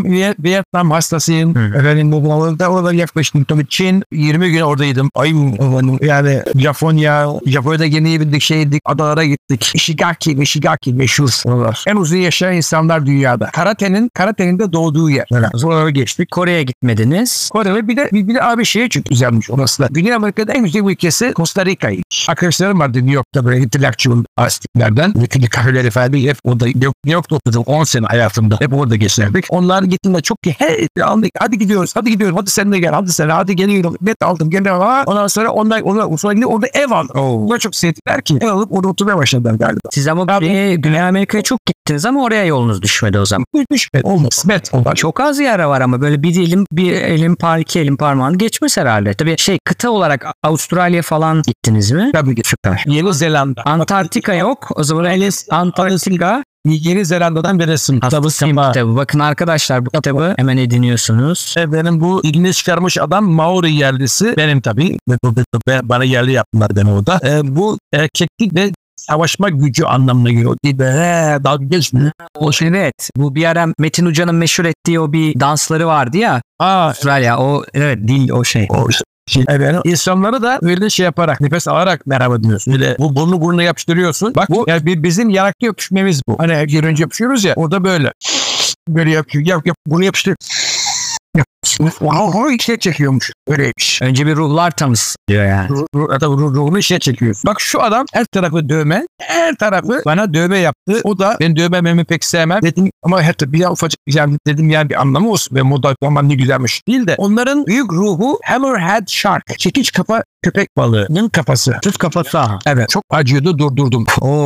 Vietnam hastasıyım. Efendim bu orada yaklaştım. Tabii Çin 20 gün oradaydım. Yani Japonya'da gene bindik adalara gittik. Ishigaki meşhur. En uzun yaşayan insanlar dünyada. Karate'nin de doğduğu yer. Sonra geçtik. Kore'ye gitmediniz. Kore'ye bir de abi çok güzelmiş orası da. Güney Amerika'da en güzel ülkesi Costa Rica'yı. Arkadaşlarım vardı New York'ta böyle intellectual artistlerden. Bütün kafeleri falan hep orada New York'ta oturdum 10 sene hayatımda. Hep orada geçirdik. Onlar gittiğinde çok ki hadi gidiyoruz. Hadi sen de gel. Hadi geliyorum. Net aldım. Ondan sonra orada ev aldım. Onlar çok sevdiler ki ev alıp orada oturmaya başladılar galiba. Siz ama Güney Amerika'ya çok gittiniz ama oraya yolunuz düşmedi o zaman. Düşmedi. Olmaz. Çok az yer var ama böyle bir elin iki elin parmağını geçmez herhalde. Tabii kıta olarak Avustralya falan gittiniz mi? Tabii ki. Yeni Zelanda. Antarktika yok. O zaman Antarktika. Yeni Zelanda'dan bir resim. Kitabı. Bakın arkadaşlar bu kitabı hemen ediniyorsunuz. Benim bu ilgini çıkarmış adam Maori yerlisi. Benim tabii. Bana yerli yaptılar beni orada. Bu erkeklik ve savaşma gücü anlamına geliyor. Dalga geçmiyor. Evet. Bu bir ara Metin Uca'nın meşhur ettiği o bir dansları vardı ya. Avustralya. O dil o şey. Evet. İnsanları da böyle yaparak, nefes alarak merhaba diyorsun. Böyle bu burnu burnuna yapıştırıyorsun. Bak bu yani bizim yanaklı öpüşmemiz bu. Hani her önce yapışıyoruz ya orada böyle. Böyle yapıyor. Bunu yapıştır. Ruhu içine çekiyormuş. Öyleymiş. Önce bir ruhlar tanısın diyor yani. Ruhunu içine çekiyor. Bak şu adam her tarafı dövme. Her tarafı bana dövme yaptı. O da ben dövmemi pek sevmem. Dedim ama her tabi bir ufacık yani dedim yani bir anlamı olsun. Ve moda aman ne güzelmiş değil de. Onların büyük ruhu Hammerhead Shark. Çekiç kafa köpek balığının kafası. Tut kafası. Evet. Çok acıyordu, durdurdum.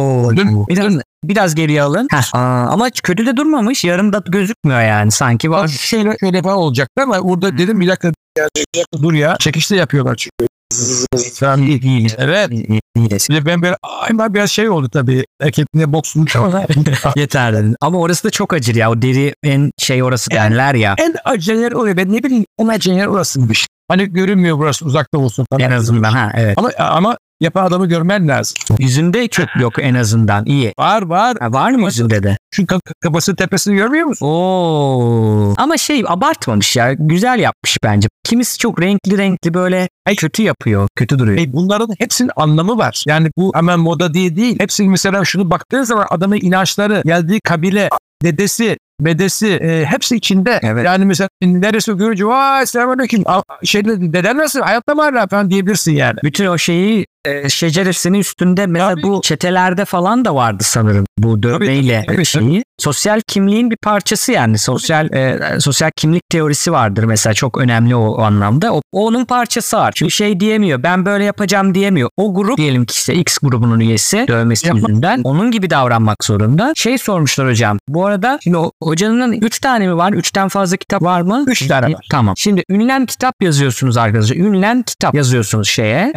Biraz geriye alın. Ama kötü de durmamış. Yarımda gözükmüyor yani. Sanki var. Şöyle falan olacaktı ama orada dedim bir dakika dur ya. Çekişte yapıyorlar çünkü. Sen değil. Evet. Bir ben böyle biraz şey oldu tabii. Erkekliğine boksluk ama. Yeter dedin. Ama orası da çok acır ya. O deri en orası derler ya. En acı yer oraya. Ben ne bileyim en acı yer orasıymış. Hani görünmüyor burası uzakta olsun falan. En azından evet. Ama yapan adamı görmen lazım. Yüzünde çok yok en azından. İyi. Var. Var mı yüzünde de? Şu kafası tepesini görmüyor musun? Oo. Ama abartmamış ya. Güzel yapmış bence. Kimisi çok renkli böyle kötü yapıyor. Kötü duruyor. Bunların hepsinin anlamı var. Yani bu hemen moda değil. Hepsinin mesela şunu baktığın zaman adamın inançları, geldiği kabile, dedesi, hepsi içinde. Evet. Yani mesela neresi görünce vay selamünaleyküm deden nasıl hayatta mı hala falan diyebilirsin yani. Bütün o şeceresinin üstünde mesela bu çetelerde falan da vardı sanırım bu dövmeyle şeyi. Sosyal kimliğin bir parçası yani. Sosyal kimlik teorisi vardır mesela çok önemli o anlamda. O onun parçası var. Çünkü diyemiyor. Ben böyle yapacağım diyemiyor. O grup diyelim ki X grubunun üyesi dövmesi yüzünden onun gibi davranmak zorunda. Sormuşlar hocam. Bu arada şimdi hocanın 3 tane mi var? 3'ten fazla kitap var mı? 3 tane var. Tamam. Şimdi ünlem kitap yazıyorsunuz arkadaşlar. Ünlem kitap yazıyorsunuz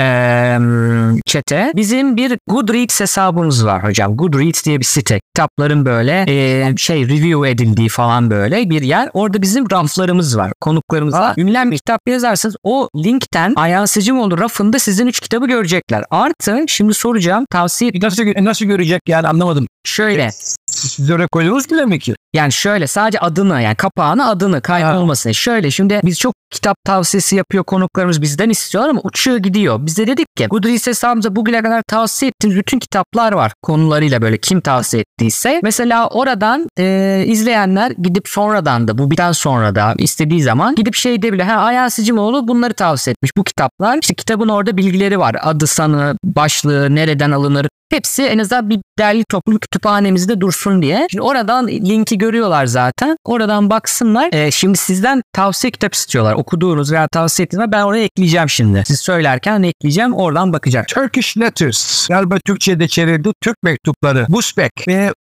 chat'e. Bizim bir Goodreads hesabımız var hocam. Goodreads diye bir site. Kitapların böyle review edildiği falan böyle bir yer. Orada bizim raflarımız var. Konuklarımız var. Ünlem bir kitap yazarsanız o linkten Ayansıcımoğlu rafında sizin 3 kitabı görecekler. Artı şimdi soracağım tavsiye... Nasıl görecek yani anlamadım. Şöyle. Siz oraya koydunuz bile mi ki? Yani sadece adını yani kapağına adını kaybolmasın. Şimdi biz çok kitap tavsiyesi yapıyor konuklarımız bizden istiyorlar ama uçuyor gidiyor. Biz de dedik ki Goodreads hesabımıza bugüne kadar tavsiye ettiğimiz bütün kitaplar var. Konularıyla böyle kim tavsiye ettiyse. Mesela oradan izleyenler gidip sonradan da bu biten sonra da istediği zaman gidip diyebilir. Ayansıcımoğlu bunları tavsiye etmiş. Bu kitaplar kitabın orada bilgileri var. Adı, sanı, başlığı, nereden alınır. Hepsi en azından bir derli toplu kütüphanemizde dursun diye. Şimdi oradan linki görüyorlar zaten. Oradan baksınlar. Şimdi sizden tavsiye kitap istiyorlar. Okuduğunuz veya tavsiye ettiğiniz ben oraya ekleyeceğim şimdi. Siz söylerken ekleyeceğim. Oradan bakacak. Turkish Letters. Galiba Türkçe'de çevrildi. Türk mektupları. Busbek.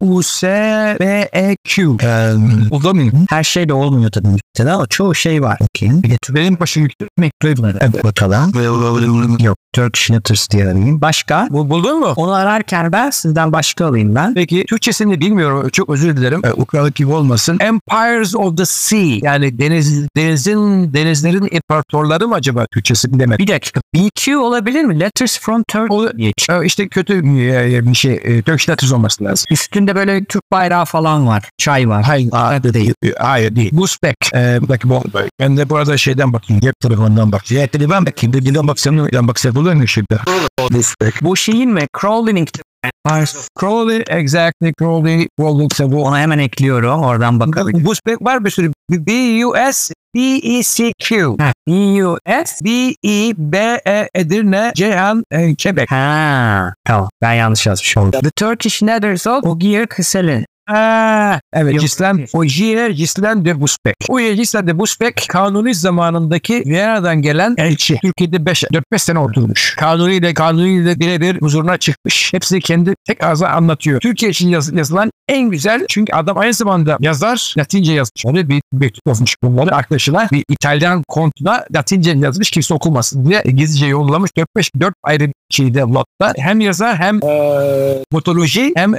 B-U-S-B-E-Q. Oldu mu? Her şey de olmuyor tabii. Ama çoğu var. Benim başım mektupları. Evet. Bakalım. Yok. Turkish Letters diye arayayım. Başka? Buldun mu? Onu ararken ben sizden başka alayım ben. Peki Türkçesini bilmiyorum. Çok özür dilerim. Ukraynalı gibi olmasın. Empires of the Sea. Yani denizlerin imparatorları mı acaba Türkçesi bilemedim. Bir dakika. BQ olabilir mi? Letters from Turkey. İşte kötü bir şey. Turkish Letters olması lazım. Üstünde böyle Türk bayrağı falan var. Çay var. Hayır değil. Busbek. Ben de bu arada şeyden bakayım. Cep telefonundan bakayım. Ben bakayım. Dilden baksam bulur mu şimdi? Bu şeyin mi? Crowley'nin Crowley, exactly Crowley. Ona hemen ekliyorum. Oradan bakalım. Busbek var bir sürü. B-U-S-B-E-C-Q. B-E-B-E Edirne, Ceyhan, Quebec. Tamam. Ben yanlış yazmışım. The Turkish Letters of Ogier Kıseli. Evet. Gislen de Busbek. Gislen de Busbek Kanuni zamanındaki Viyana'dan gelen elçi. Türkiye'de 4-5 sene oturmuş. Kanuni ile birebir huzuruna çıkmış. Hepsini kendi tek ağızla anlatıyor. Türkiye için yazılan en güzel çünkü adam aynı zamanda yazar Latince yazmış. Bir mektup yazmış bunları arkadaşına. Bir İtalyan kontuna Latince yazmış kimse okumasın diye gizlice yollamış. 4 ayrı şeyde lotta. Hem yazar hem mitoloji hem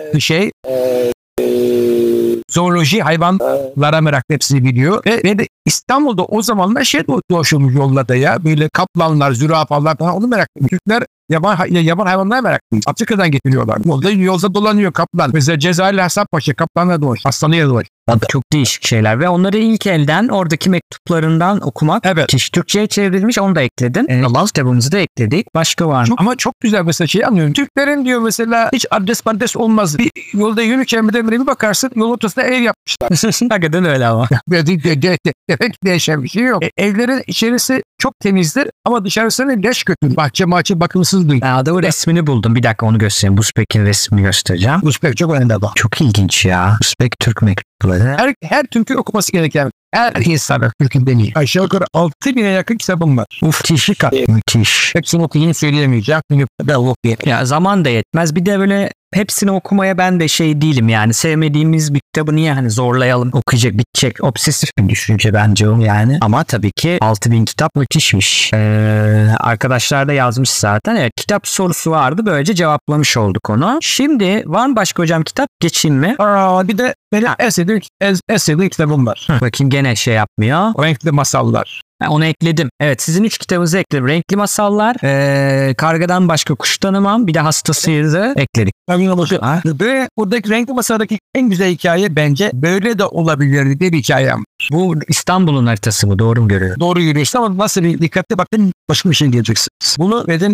zooloji, hayvanlara meraklı hepsini biliyor. Ve de İstanbul'da o zamanlar dolaşıyormuş yollarda ya. Böyle kaplanlar, zürafalar falan onu meraklı. Türkler yaban hayvanlara meraklı. Afrika'dan getiriyorlar. Yolda dolanıyor kaplan. Mesela Cezayirli Hasan Paşa kaplanla dolaşıyor. Aslanıyla dolaşıyor. Çok değişik şeyler ve onları ilk elden oradaki mektuplarından okumak. Evet. Türkçe'ye çevrilmiş, onu da ekledin. Kitabımızı da ekledik. Başka var mı? Ama çok güzel mesela şey anlıyorum. Türklerin diyor mesela hiç adres olmaz. Bir yolda yürürken bir bakarsın yol ortasında ev yapmışlar. Hakikaten öyle ama. Demek değişen bir şey yok. Evlerin içerisi çok temizdir ama dışarısının leş kötü. Bahçe bakımsızdır. Adamın resmini buldum. Bir dakika onu göstereyim. Buzpek'in resmini göstereceğim. Buzpek çok önemli adam. Çok ilginç ya. Buzpek Türk mektupları. Her Türk'ün okuması gereken her insanın Türk'ün değil. Aşağı yukarı 6.000'e yakın kitabım var. Müthiş. Hepsini okuyayım söyleyemeyeceğim. Ya zaman da yetmez. Bir de böyle hepsini okumaya ben de şey değilim yani. Sevmediğimiz bir kitabı niye hani zorlayalım, okuyacak, bitecek. Obsesif bir düşünce bence o yani. Ama tabii ki 6.000 kitap müthişmiş. Arkadaşlar da yazmış zaten. Evet, kitap sorusu vardı. Böylece cevaplamış olduk onu. Şimdi var mı başka hocam kitap? Geçeyim mi? Bir de benim en sevdiğim kitabım var. Bakayım gene şey yapmıyor. Renkli Masallar. Onu ekledim. Evet, sizin 3 kitabınızı ekledim. Renkli Masallar, Kargadan Başka Kuş Tanımam, bir de Hastasıyız'ı ekledik. Ve buradaki Renkli Masallardaki en güzel hikaye bence böyle de olabilir diye bir hikayem. Bu İstanbul'un haritası mı? Doğru mu görüyorum? Doğru yürüyorsun ama nasıl bir dikkatli bakın başka bir şey geleceksiniz. Bunu dedim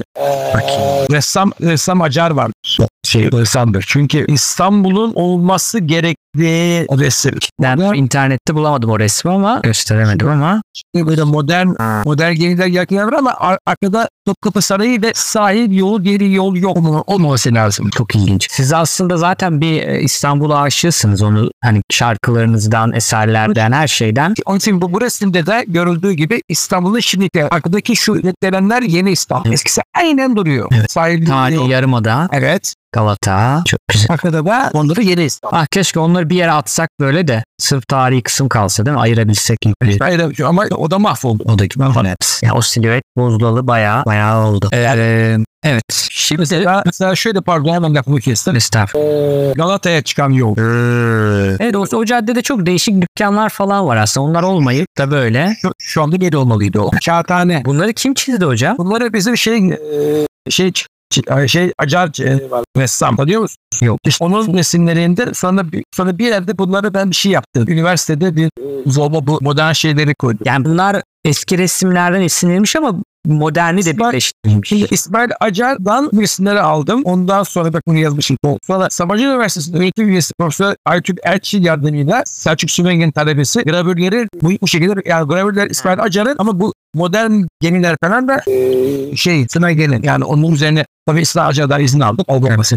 ressam Acar vardır. Ressamdır. Çünkü İstanbul'un olması gerektiği resim. Ben internette bulamadım o resmi ama gösteremedim ama. Böyle modern gemiler yakınlar ama arkada Topkapı Sarayı ve sahil yolu geri yol yok. Olmaması lazım. Çok ilginç. Siz aslında zaten bir İstanbul'a aşığısınız. Onu hani şarkılarınızdan, eserlerden, her şeyden. Onun için bu resimde de görüldüğü gibi İstanbul'un şimdiki arkadaki şu netlenenler yeni İstanbul. Eskisi aynen duruyor. Evet. Sahil Tarihi Yarımada. Evet. Galata. Çok güzel. Arkada da onları yeni İstanbul. Keşke onları bir yere atsak böyle de sırf tarihi kısım kalsa değil mi? Ayırabilsek. Hayır ama o da mahvoldu. O da gibi. Ya, o silüet bozulalı bayağı oldu. Evet. Şimdi mesela şöyle pardon hemen lafımı kestim. Estağfurullah. Galata'ya çıkan yol. Evet o caddede çok değişik dükkanlar falan var aslında. Onlar olmayıp da böyle. Şu anda geri olmalıydı o. Kağıthane. Bunları kim çizdi hocam? Bunları bizim Acar ressam tanıyor musun? Yok. İşte onun resimlerinde sonra bir yerde bunları ben bir şey yaptım. Üniversitede bir zorba bu modern şeyleri koydum. Yani bunlar eski resimlerden esinlenmiş ama moderni de birleştirilmiş. Şimdi İsmail Acar'dan bu resimleri aldım. Ondan sonra bak bunu yazmışım. Sonra Sabancı Üniversitesi'nde öğretim üyesi Profesör Aytürk Elçi yardımıyla Selçuk Sümengen talebesi gravürleri bu şekilde yani gravürler İsmail Acar'ın ama bu modern gemiler falan da Sümengen'in yani onun üzerine tabii İsmail Acar'dan izin aldık.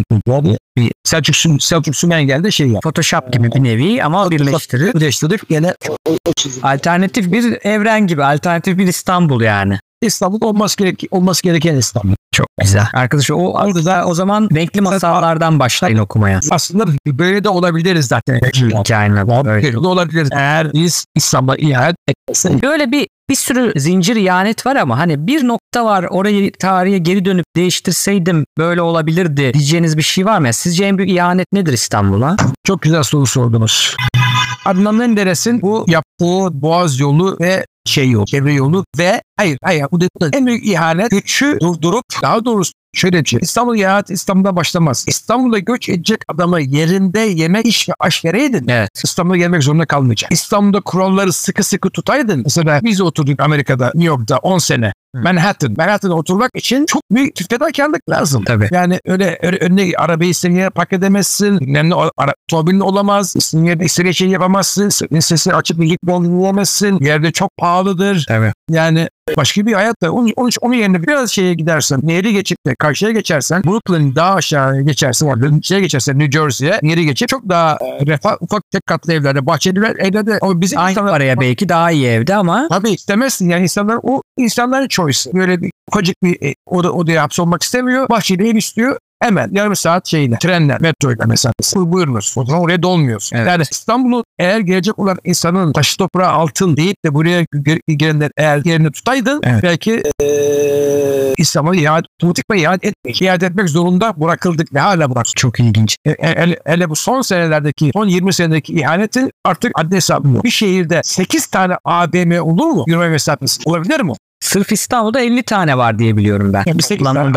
Selçuk Sümengen de Photoshop gibi bir nevi ama birleştirip yine alternatif bir evren gibi, alternatif bir İstanbul yani. İstanbul olması gereken İstanbul. Çok güzel. Arkadaşlar o zaman Renkli Masallardan başlayın okumaya. Aslında böyle de olabiliriz zaten. Böyle de olabiliriz. Eğer biz İslam'a ihanet etmezsek. Böyle bir sürü zincir ihanet var ama hani bir nokta var, orayı tarihe geri dönüp değiştirseydim böyle olabilirdi diyeceğiniz bir şey var mı? Sizce en büyük ihanet nedir İstanbul'a? Çok güzel soru sordunuz. Adnan Menderes'in bu yaptığı Boğaz yolu ve çevre yolu ve hayır bu en büyük ihanet göçü durdurup daha doğrusu şöyle bir şey. İstanbul'da başlamaz. İstanbul'a göç edecek adamı yerinde yemek, iş ve aş vereydin. Evet. İstanbul'a gelmek zorunda kalmayacak. İstanbul'da kuralları sıkı tutaydın. Mesela biz oturduk Amerika'da, New York'ta 10 sene. Manhattan'da oturmak için çok büyük fedakarlık lazım. Tabii. Yani öyle önüne arabayı istediğin yere park edemezsin. Otomobilin olamaz. İstediğin yerde istediğin şey yapamazsın. Sesini açıp ilgili dinleyemezsin. Yerde çok pahalıdır. Evet. Yani başka bir hayat da onun yerine biraz şeye gidersen, nehri geçip de karşıya geçersen, Brooklyn daha aşağı geçersin, geçersen New Jersey'ye, nehri geçip çok daha refah, ufak tek katlı evlerde, bahçeli evlerde ama bizim aynı paraya belki daha iyi evde ama tabii istemezsin yani insanların choice. Böyle bir ufacık bir odaya hapsolmak istemiyor. Bahçeli ev istiyor. Hemen yarım saat trenler, metroyla mesafesi. Buyurunuz. O zaman oraya dolmuyorsun. Evet. Yani İstanbul'u eğer gelecek olan insanın taşı toprağı altın deyip de buraya gelenler eğer yerini tutaydın belki İstanbul'u otomatikman iade etmek zorunda bırakıldık ve hala bırakıldık. Çok ilginç. Hele bu son 20 senedeki ihanetin artık adli hesabı yok. Bir şehirde 8 tane AVM olur mu? Yürüme mesafesi olabilir mi? Sırf İstanbul'da 50 tane var diye biliyorum ben. Yani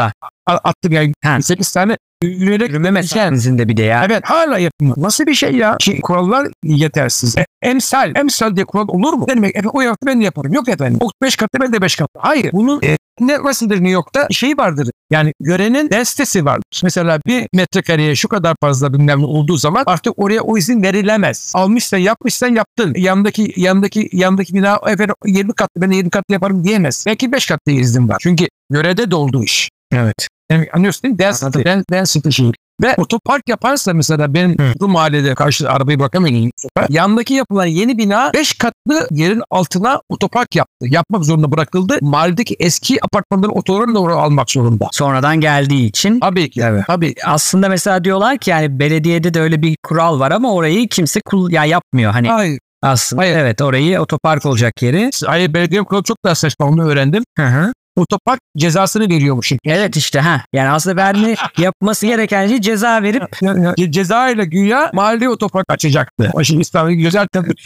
attım yani 8 tane yürüme mesafesinde bir de ya. Evet, hala yapmıyor. Nasıl bir şey ya? Kurallar yetersiz. Emsal diye kural olur mu? Demek o yaptı, ben de yaparım. Yok efendim. O 5 katlı, ben de 5 katlı. Hayır. Bunun nasıldır New York'ta? Şey vardır. Yani görenin destesi vardır. Mesela bir metrekareye şu kadar fazla bilmem ne olduğu zaman artık oraya o izin verilemez. Almışsan, yapmışsan yaptın. Yandaki bina efendim 20 katlı, ben de 20 katlı yaparım diyemez. Belki 5 katlı izin var. Çünkü görede doldu iş. Evet. Yani anlıyorsun değil mi? Density şey. Ve otopark yaparsa mesela ben bu mahallede karşı arabayı bırakamayayım. Yandaki yapılan yeni bina 5 katlı yerin altına otopark yaptı. Yapmak zorunda bırakıldı. Mahalledeki eski apartmanların otolarını da oraya almak zorunda. Sonradan geldiği için. Tabii ki. Evet. Tabii. Aslında mesela diyorlar ki yani belediyede de öyle bir kural var ama orayı kimse yapmıyor. Hani hayır. Aslında evet, orayı otopark olacak yeri. Hayır, belediye kuralı çok daha saçma, onu öğrendim. Otopark cezasını veriyormuş. Evet işte yani aslında yapması gereken şey ceza verip ceza ile güya mahalle otopark açacaktı. O şimdi İstanbul'da güzel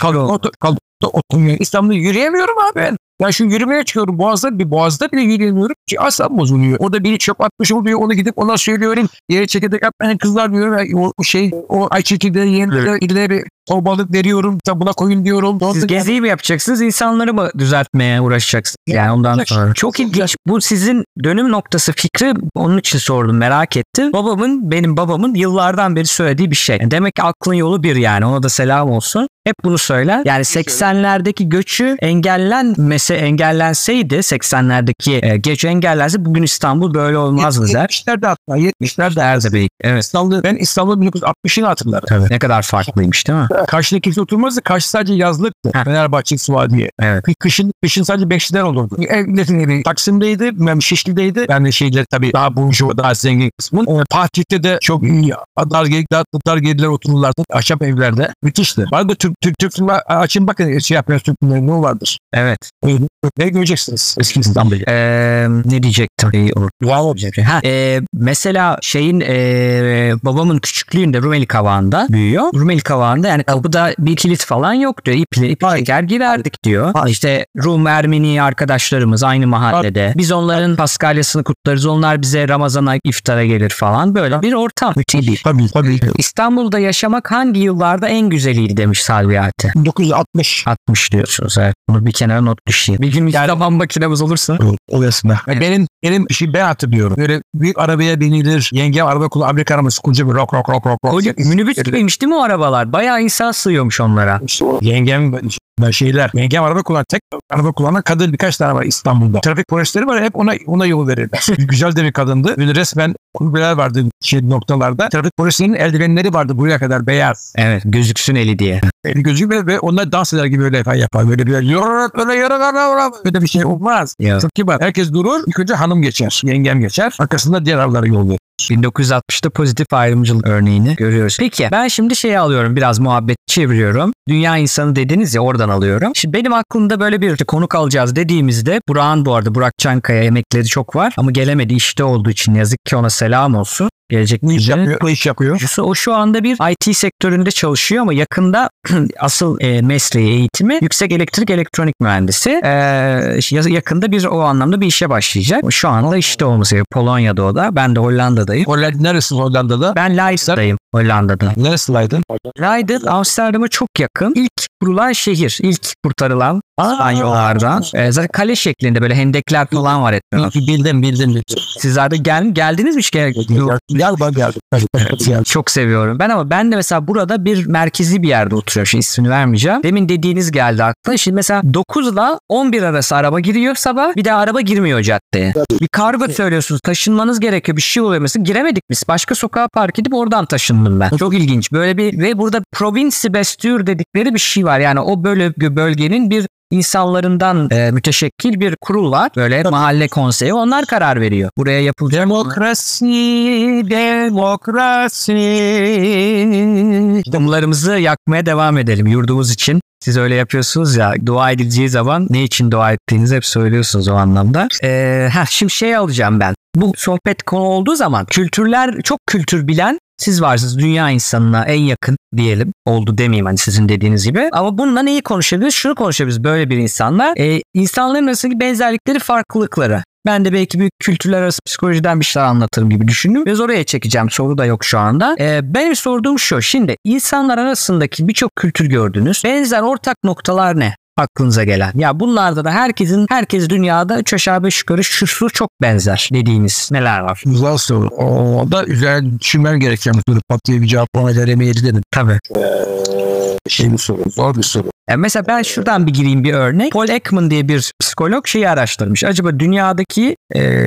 İstanbul'da yürüyemiyorum abi ben. Ya şu yürümeye çıkıyorum Boğaz'da bile yürüyemiyorum ki asam bozuluyor. Orada biri çöp atmış oluyor, onu gidip ona söylüyorum. Yere çekirdek atmayan kızlar diyorum. O ay çekirdeği yerine torbalık veriyorum. Buna koyun diyorum. Siz geziyi mi yapacaksınız? İnsanları mı düzeltmeye uğraşacaksınız? Yani ondan sonra. Çok ilginç. Bu sizin dönüm noktası fikri, onun için sordum, merak ettim. Benim babamın yıllardan beri söylediği bir şey. Demek ki aklın yolu bir yani. Ona da selam olsun. Hep bunu söyler. Yani 80'lerdeki göçü engellenseydi 80'lerdeki göçü engellense bugün İstanbul böyle olmazdı. 70'lerde hatta 70'lerde Erzebeylik. Evet. Ben İstanbul'u 1960'ını hatırlarım. Evet. Ne kadar farklıymış değil mi? Karşıda kimse oturmazdı. Karşı sadece yazlıktı. Fenerbahçe Suadiye. Evet. Kışın sadece bekçiler olurdu. Evletin evi Taksim'deydi. Şişli'deydi. Yani şeyleri tabii daha burjuva, daha zengin kısmın. Fatih'te de çok iyi dar gelirler otururlardı. Ahşap evlerde. Müthişti. Vardı Türk filmler, açın bakın yapıyor Türk filmleri, ne vardır. Evet. Ne göreceksiniz eski İstanbul'da? Ne diyecektim? Mesela babamın küçüklüğünde Rumeli Kavağı'nda büyüyor. Rumeli Kavağı'nda yani kapıda bir kilit falan yok diyor. İple çeker girerdik diyor. İşte Rum, Ermeni arkadaşlarımız aynı mahallede. Biz onların Paskalyasını kutlarız. Onlar bize Ramazan'a, iftara gelir falan. Böyle bir ortam. Müthiş. Tabii. İstanbul'da yaşamak hangi yıllarda en güzeliydi demiş Salviati. 1960. 60 diyorsunuz. Evet. Bunu bir kenara not düşeyim. Bir gün zaman makinemiz olursa. Olasına. Evet. Benim ben hatırlıyorum. Böyle büyük arabaya binilir. Yengem araba kullanır. Amerika arabası koca bir rock. Minibüs gibiymiş değil mi o arabalar? Bayağı insan sığıyormuş onlara. Yengem araba kullanan kadın birkaç tane var İstanbul'da. Trafik polisleri var, hep ona yol verirler. Güzel de bir kadındı. Böyle resmen kulübeler vardı noktalarda. Trafik polislerinin eldivenleri vardı buraya kadar, beyaz. Evet, gözüksün eli diye. Eli gözükmüyor ve onlar dans eder gibi öyle yapar. Böyle böyle bir şey olmaz. Ya. Çok kibar. Herkes durur. İlk önce hanım geçer. Yengem geçer. Arkasında diğer arabalara yol verir. 1960'da pozitif ayrımcılık örneğini görüyoruz. Peki ben şimdi alıyorum, biraz muhabbet çeviriyorum. Dünya insanı dediniz ya, oradan alıyorum. Şimdi benim aklımda böyle bir konuk alacağız dediğimizde Burak Çankaya emekleri çok var ama gelemedi, işte olduğu için yazık ki, ona selam olsun. Gelecek iş yapıyor. O şu anda bir IT sektöründe çalışıyor ama yakında asıl mesleği, eğitimi yüksek elektrik elektronik mühendisi. Yakında o anlamda bir işe başlayacak. Şu anda işte olması gerekiyor. Polonya'da o da. Ben de Hollanda'dayım. Neresi Hollanda'da? Ben Leiden'dayım Hollanda'da. Neresi Leiden? Leiden Amsterdam'a çok yakın. İlk kurulan şehir. İlk kurtarılan İspanyollardan. Zaten kale şeklinde böyle hendekler falan var etmiyor. Bildim. Sizler de geldiniz mi hiç? Geldim. Çok seviyorum. Ben de mesela burada bir merkezi bir yerde oturuyorum. Şimdi ismini vermeyeceğim. Demin dediğiniz geldi aklıma. Şimdi mesela 9 ile 11 arası araba giriyor sabah. Bir daha araba girmiyor caddeye. Bir kargo söylüyorsunuz. Taşınmanız gerekiyor. Bir şey oluyor mesela. Giremedik biz. Başka sokağa park edip oradan taşındım ben. Çok ilginç. Böyle ve burada provinsi bestür dedikleri bir şey var. Yani o bölgenin bir insanlarından müteşekkil bir kurul var. Böyle mahalle konseyi. Onlar karar veriyor. Buraya yapılacak. Demokrasi. Mumlarımızı yakmaya devam edelim yurdumuz için. Siz öyle yapıyorsunuz ya, dua edileceği zaman ne için dua ettiğinizi hep söylüyorsunuz o anlamda. Şimdi alacağım ben. Bu sohbet konu olduğu zaman çok kültür bilen siz varsınız, dünya insanına en yakın diyelim. Oldu demeyeyim hani sizin dediğiniz gibi. Ama bununla neyi konuşabiliriz? Şunu konuşabiliriz böyle bir insanlar. İnsanların arasındaki benzerlikleri, farklılıkları. Ben de belki bir kültürler arası psikolojiden bir şeyler anlatırım gibi düşündüm. Ve oraya çekeceğim. Soru da yok şu anda. Benim sorduğum şu. Şimdi insanlar arasındaki birçok kültür gördünüz. Benzer ortak noktalar ne? Aklınıza gelen. Ya bunlarda da herkes dünyada 3 aşağı 5 yukarı şu çok benzer dediğiniz neler var? Güzel soru. O da üzerine düşünmem gereken bir soru. Pat diye bir cevap veremeyiz dedim. Tabii. Bir soru. Zor bir soru. Mesela ben şuradan bir gireyim bir örnek. Paul Ekman diye bir psikolog şeyi araştırmış. Acaba dünyadaki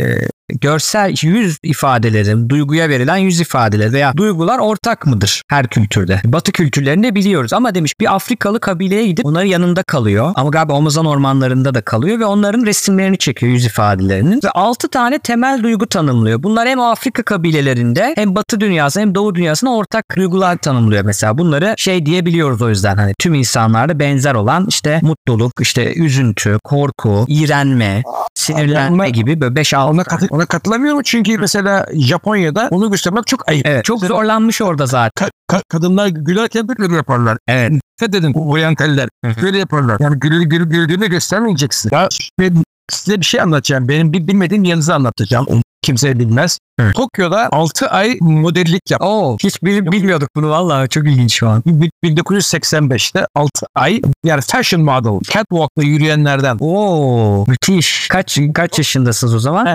görsel yüz ifadeleri, duyguya verilen yüz ifadeleri veya duygular ortak mıdır her kültürde? Batı kültürlerinde biliyoruz ama demiş bir Afrikalı kabileye gidip onların yanında kalıyor. Ama galiba Amazon ormanlarında da kalıyor ve onların resimlerini çekiyor yüz ifadelerinin. Ve 6 tane temel duygu tanımlıyor. Bunlar hem Afrika kabilelerinde hem Batı dünyası hem Doğu dünyasına ortak duygular tanımlıyor mesela. Bunları diyebiliyoruz o yüzden hani tüm insanlarda benzer olan işte mutluluk, işte üzüntü, korku, iğrenme, sinirlenme gibi böyle 5-6 Ona katılamıyorum çünkü mesela Japonya'da onu göstermek çok ayıp. Evet, çok zorlanmış orada zaten. Kadınlar gülerken böyle yaparlar. Evet. Dikkat edin oryantaller. Böyle yaparlar. Yani güldüğünü göstermeyeceksin. Ya ben size bir şey anlatacağım. Benim bilmediğim yanınızı anlatacağım. Kimse bilmez. Evet. Tokyo'da 6 ay modellik yaptı. Hiç bilmiyorduk bunu vallahi çok ilginç şu an. 1985'te 6 ay yani fashion model, catwalk'la yürüyenlerden. Müthiş. Kaç yaşındasınız o zaman?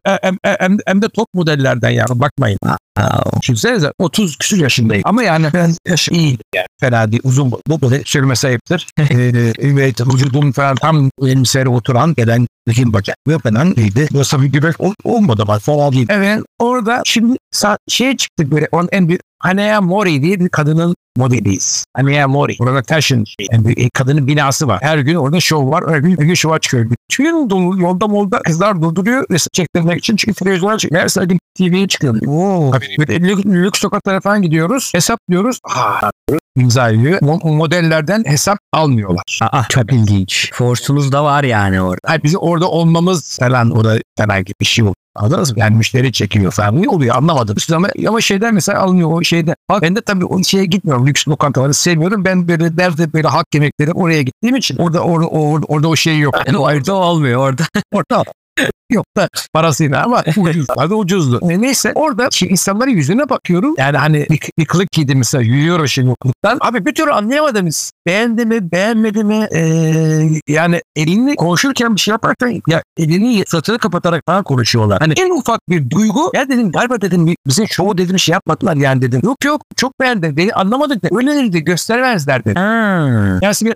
Hem de top modellerden yani bakmayın. Düşünsenize 30 küsur yaşındayım. Ama yani ben yaşım iyi yani. Fena değil. Uzun bu böyle sürmese ayıptır. Evet, vücudum falan tam elbiselere oturan gelen bir bacak. Ve falan iyiydi. Burası bir göbek olmadı bak falan değil. Evet orada şimdi çıktık böyle onun en büyük Hanaya Mori diye bir kadının modeliyiz. Hanaya Mori. Orada fashion yani bir kadının binası var. Her gün orada şov var. Her gün şova çıkıyor. Bütün yolda kızlar durduruyor resim çektirmek için. Çünkü televizyona çıkıyor. Her sene TV'ye çıkıyor. Lüks sokaklara falan gidiyoruz. Hesaplıyoruz. İmza ediyor. Modellerden hesap almıyorlar. Çok ilginç. Force'unuz da var yani orada. Hayır, bizim orada olmamız falan orada herhangi bir şey oldu. Anladınız mı? Yani müşteri çekiyor falan. Ne oluyor anlamadım. Ama şeyden mesela alınıyor o şeyde. Ben de tabii o şeye gitmiyorum. Lüks lokantaları sevmiyorum. Ben böyle nerede böyle halk yemekleri oraya gittiğim için orada o şey yok. Yani orada olmuyor orada. Orada yok da parasıyla ama ucuzdu. Neyse orada insanların yüzüne bakıyorum. Yani hani bir kılık giydi mesela yürüyor şimdi o kılıktan. Abi bir türlü anlayamadınız. Beğendi mi beğenmedi mi? Yani elini konuşurken bir şey yaparken ya elini saçını kapatarak falan konuşuyorlar. Hani en ufak bir duygu ya dedim galiba dedim bize şovu dedim şey yapmadılar yani dedim. Yok çok beğendim. Beni anlamadık da öyle dedi göstermezler dedi. Yani şimdi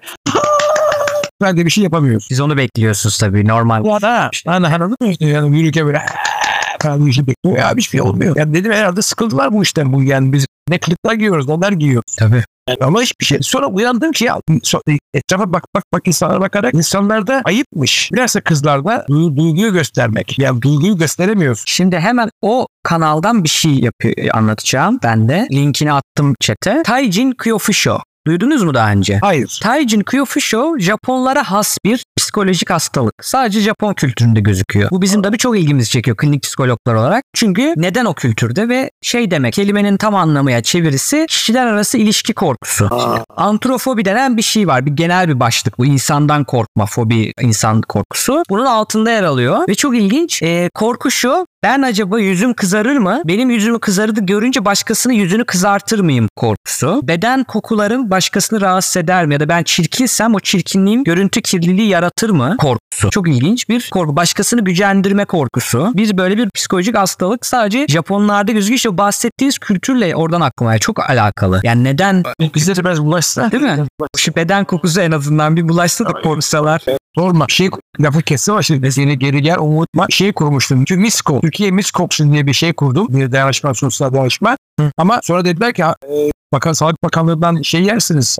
ben de bir şey yapamıyoruz. Siz onu bekliyorsunuz tabii normal. Anladın mı? Yani yürürken böyle falan bir şey bekliyor. Ya bir şey olmuyor. Yani dedim herhalde sıkıldılar bu işten bu yani biz ne kılıklar giyiyoruz onlar giyiyor. Tabii. Ama hiçbir şey. Sonra uyandım ki ya etrafa bak insanlara bakarak insanlarda ayıpmış. Bilhassa kızlarda duyguyu göstermek. Yani duyguyu gösteremiyoruz. Şimdi hemen o kanaldan bir şey anlatacağım ben de. Linkini attım chat'e. Taijin Kyofusho. Duydunuz mu daha önce? Hayır. Taijin Kyofusho Japonlara has bir psikolojik hastalık. Sadece Japon kültüründe gözüküyor. Bu bizim tabii çok ilgimizi çekiyor klinik psikologlar olarak. Çünkü neden o kültürde ve demek kelimenin tam anlamıya çevirisi kişiler arası ilişki korkusu. Antrofobi denen bir şey var. Bir genel bir başlık bu. İnsandan korkma, fobi, insan korkusu. Bunun altında yer alıyor ve çok ilginç. Korku şu. Ben acaba yüzüm kızarır mı? Benim yüzümü kızardı görünce başkasının yüzünü kızartır mıyım korkusu. Beden kokularım başkasını rahatsız eder mi? Ya da ben çirkinsem o çirkinliğim görüntü kirliliği yaratır mı? Korkusu. Çok ilginç bir korku. Başkasını gücendirme korkusu. Böyle bir psikolojik hastalık sadece Japonlarda gözüküyor. İşte o bahsettiğiniz kültürle oradan aklıma çok alakalı. Yani neden? Bize de biraz bulaşsa. Değil mi? Şu beden kokusu en azından bir bulaşsa da korksalar. Sorma. Lafı kesse var şimdi. Seni geri gel unutma. Kurmuştum. Çünkü MISCO. Türkiye MISCO diye bir şey kurdum. Bir dayanışma, sosyal dayanışma. Ama sonra dediler ki Sağlık Bakanlığı'ndan yersiniz.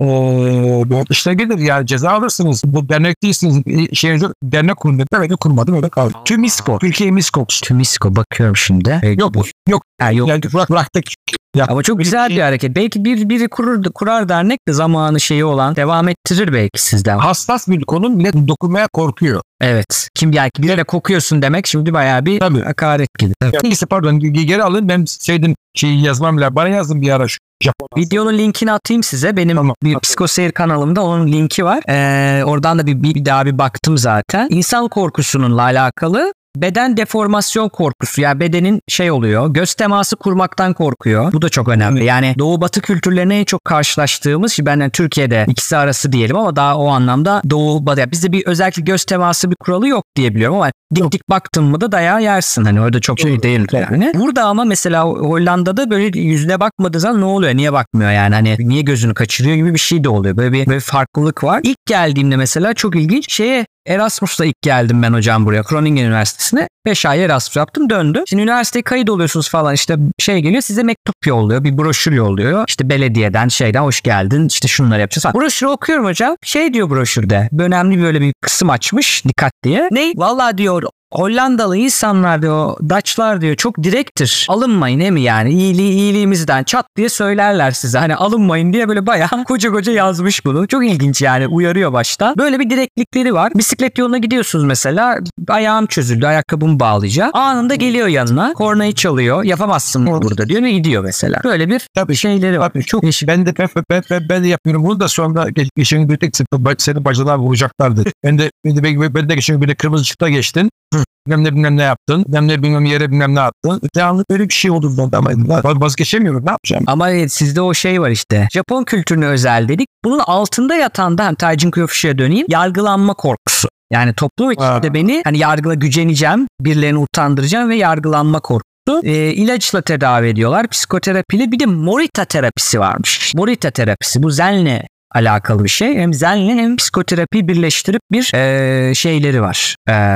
İşte gelir yani ceza alırsınız. Bu dernek değilsiniz. Dernek kurun dediler. Ben de kurmadım öyle kaldı. TÜMİSCO. Türkiye MISCO. TÜMİSCO bakıyorum şimdi. Yok. Yok. Yani bıraktık. Ya. Ama çok güzel bir hareket. Belki biri kurar dernek de zamanı olan devam ettirir belki sizden. Hassas bir konu millet dokunmaya korkuyor. Evet. Kim belki bir yere kokuyorsun demek şimdi bayağı bir hakaret gibi. Neyse pardon geri alın ben yazmam lazım. Bana yazın bir ara şu. Videonun linkini atayım size. Benim bir psikoseyir kanalımda onun linki var. Oradan da bir daha baktım zaten. İnsan korkusununla alakalı beden deformasyon korkusu. Yani bedenin şey oluyor. Göz teması kurmaktan korkuyor. Bu da çok önemli. Yani Doğu Batı kültürlerine en çok karşılaştığımız, ben yani Türkiye'de ikisi arası diyelim ama daha o anlamda Doğu Batı. Yani bizde bir özellikle göz teması bir kuralı yok diye biliyorum ama dik baktın mı da dayağı yersin. Hani orada çok şey değil yani. Burada ama mesela Hollanda'da böyle yüzüne bakmadığı zaman ne oluyor? Niye bakmıyor yani? Hani niye gözünü kaçırıyor gibi bir şey de oluyor. Böyle bir farklılık var. İlk geldiğimde mesela çok ilginç Erasmus'ta ilk geldim ben hocam buraya. Groningen Üniversitesi'ne. 5 ay Erasmus yaptım, döndüm. Şimdi üniversiteye kayıt oluyorsunuz falan, işte geliyor size mektup yolluyor. Bir broşür yolluyor. İşte belediyeden hoş geldin. İşte şunları yapacağız falan. Broşürü okuyorum hocam. Diyor broşürde. Önemli böyle bir kısım açmış. Dikkat diye. Ne? Vallahi diyor Hollandalı insanlar diyor, Dutchlar diyor çok direkttir. Alınmayın mi yani? İyiliğimizden çat diye söylerler size. Hani alınmayın diye böyle bayağı koca yazmış bunu. Çok ilginç yani, uyarıyor başta. Böyle bir direktlikleri var. Bisiklet yoluna gidiyorsunuz mesela. Ayağım çözüldü. Ayakkabımı bağlayacağım. Anında geliyor yanına. Kornayı çalıyor. Yapamazsın burada diyor. Ne gidiyor mesela. Böyle bir şeyleri var. Çok değişik. Ben de yapıyorum bunu da sonra geçen bir tek seni bacadan vuracaklardı. Ben de geçen bir de kırmızı ışıkta geçtin. Bilmem ne yaptın. Bilmem yere ne attın. Devamlı böyle bir şey olur ama vazgeçemiyorum. Ne yapacağım? Ama sizde o var işte. Japon kültürüne özel dedik. Bunun altında yatan da Taijin Kuyofushi'ye döneyim. Yargılanma korkusu. Yani toplum içinde beni güceneceğim, birilerini utandıracağım ve yargılanma korkusu. İlaçla tedavi ediyorlar. Psikoterapiyle, bir de Morita terapisi varmış. Morita terapisi bu Zen'le alakalı bir şey. Hem Zen'le hem psikoterapi birleştirip bir şeyleri var.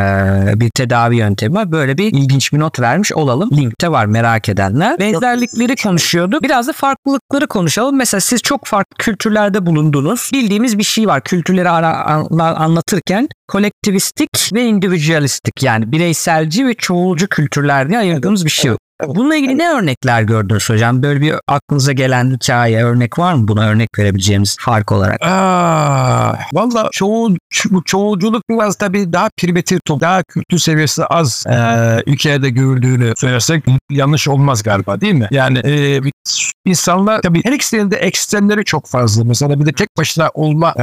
Bir tedavi yöntemi var. Böyle bir ilginç bir not vermiş olalım. Linkte var merak edenler. Benzerlikleri konuşuyorduk. Biraz da farklılıkları konuşalım. Mesela siz çok farklı kültürlerde bulundunuz. Bildiğimiz bir şey var. Kültürleri anlatırken kolektivistik ve individualistik, yani bireyselci ve çoğulcu kültürler diye ayırdığımız bir şey var. Bununla ilgili ne örnekler gördünüz hocam? Böyle bir aklınıza gelen hikaye, örnek var mı? Buna örnek verebileceğimiz fark olarak. Valla çoğulculuk biraz tabii daha primitif, daha kültür seviyesi az ülkelerde görüldüğünü söylersek yanlış olmaz galiba, değil mi? Yani insanlar tabii her ikisinin de ekstremleri çok fazla. Mesela bir de tek başına olma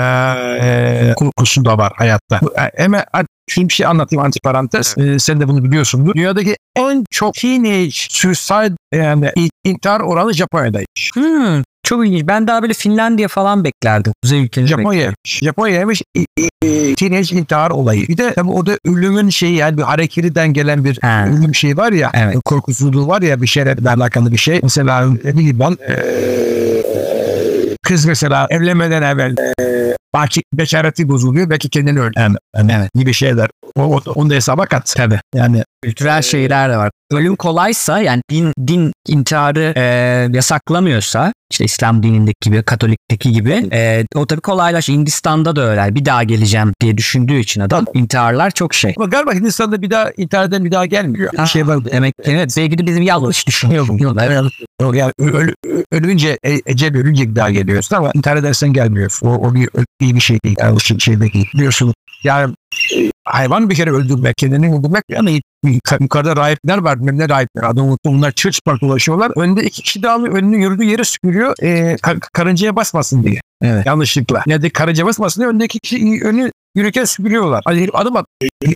korkusu da var hayatta. Hemen şunu bir şey anlatayım, antiparantez. Sen de bunu biliyorsundur. Dünyadaki en çok teenage suicide, yani intihar oranı Japonya'daymış. Çok ilginç. Ben daha böyle Finlandiya falan beklerdim. Kuzey ülkeleri. Japonya'ymış teenage intihar olayı. Bir de tabii orada ölümün yani bir harekeriden gelen bir ölüm şeyi var ya. Evet. Korkusuzluğu var ya, bir şeylerle alakalı bir şey. Mesela kız mesela evlenmeden evvel beşareti bozuluyor, belki kendini öldürüyor. Evet. Gibi şeyler. Onu da hesaba kat. Tabii. Yani kültürel şeyler de var. Ölüm kolaysa, yani din intiharı yasaklamıyorsa, işte İslam dinindeki gibi, Katolik'teki gibi, o tabii kolaylaşıyor. Hindistan'da da öyle. Bir daha geleceğim diye düşündüğü için adam intiharlar çok şey. Ama galiba Hindistan'da bir daha intihardan bir daha gelmiyor. Bir şey var. Demek ki evet. Belki de bizim yanlış düşünüyoruz. Yani ölünce bir daha geliyorsun ama intihar edersen gelmiyor. O iyi bir şey değil. Yanlış bir şey değil. Biliyorsun. Yani hayvan bir kere öldürmek, kendini öldürmek, yani yukarıda rahipler var, ne rahipler, onlar çırçıplak dolaşıyorlar. Önde 2 kişi daha önünü yürüdüğü yere süpürüyor, karıncaya basmasın diye. Evet. Yanlışlıkla. Yani karıncaya basmasın diye öndeki kişi önü yürürken süpürüyorlar. Hadi adım at.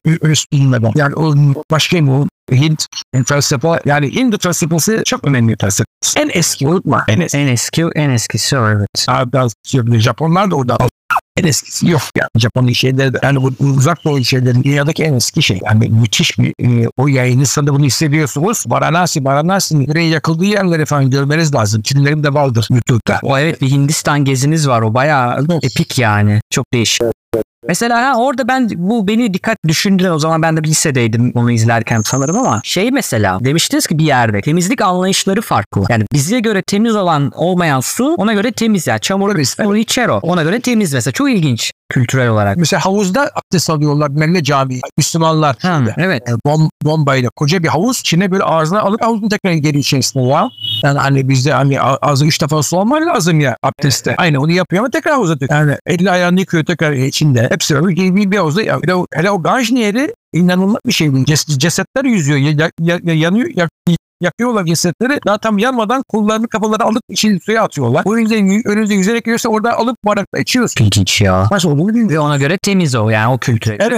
Yani o başka o Hint felsefe, yani Hint felsefesi çok önemli felsefe. En eski, unutma. En eskisi o, evet. Japonlar da orada. En eskisi yok yani. Japon şeyleri, yani bu uzak doğu şeylerin dünyadaki en eski şey. Yani müthiş bir o yayınızda bunu hissediyorsunuz. Varanasi yüreği yakıldığı yerleri falan görmeniz lazım. Çinlerin de vardır YouTube'da. O evet, bir Hindistan geziniz var. O bayağı epik yani. Çok değişik. Mesela orada beni dikkat düşündüren, o zaman ben de bir lisedeydim onu izlerken sanırım, ama mesela demiştiniz ki bir yerde temizlik anlayışları farklı. Yani bize göre temiz olmayan su ona göre temiz, yani çamuru içer o. Ona göre temiz mesela. Çok ilginç kültürel olarak. Mesela havuzda abdest alıyorlar. Melle Camii. Müslümanlar. Evet. Bombayla koca bir havuz. İçine böyle ağzına alıp havuzun tekrar geri içerisinde ya. Yani hani bizde ağzı 3 defa su alman lazım ya abdestte. Aynı onu yapıyor ama tekrar havuza döküyor. Yani elini ayağını yıkıyor tekrar içinde. Hepsi öyle bir havuzda. Hele o Ganj Nehri inanılmaz bir şey. Cesetler yüzüyor. Yanıyor. Yakıyorlar cesetleri. Daha tam yanmadan kollarını, kafaları alıp içine suya atıyorlar. O yüzden önünüze yüzerek geliyorsa orada alıp bardakla içiyorsun. İlginç ya. Nasıl olduğunu bilmiyorum. Ve ona göre temiz o, yani o kültüre göre temiz.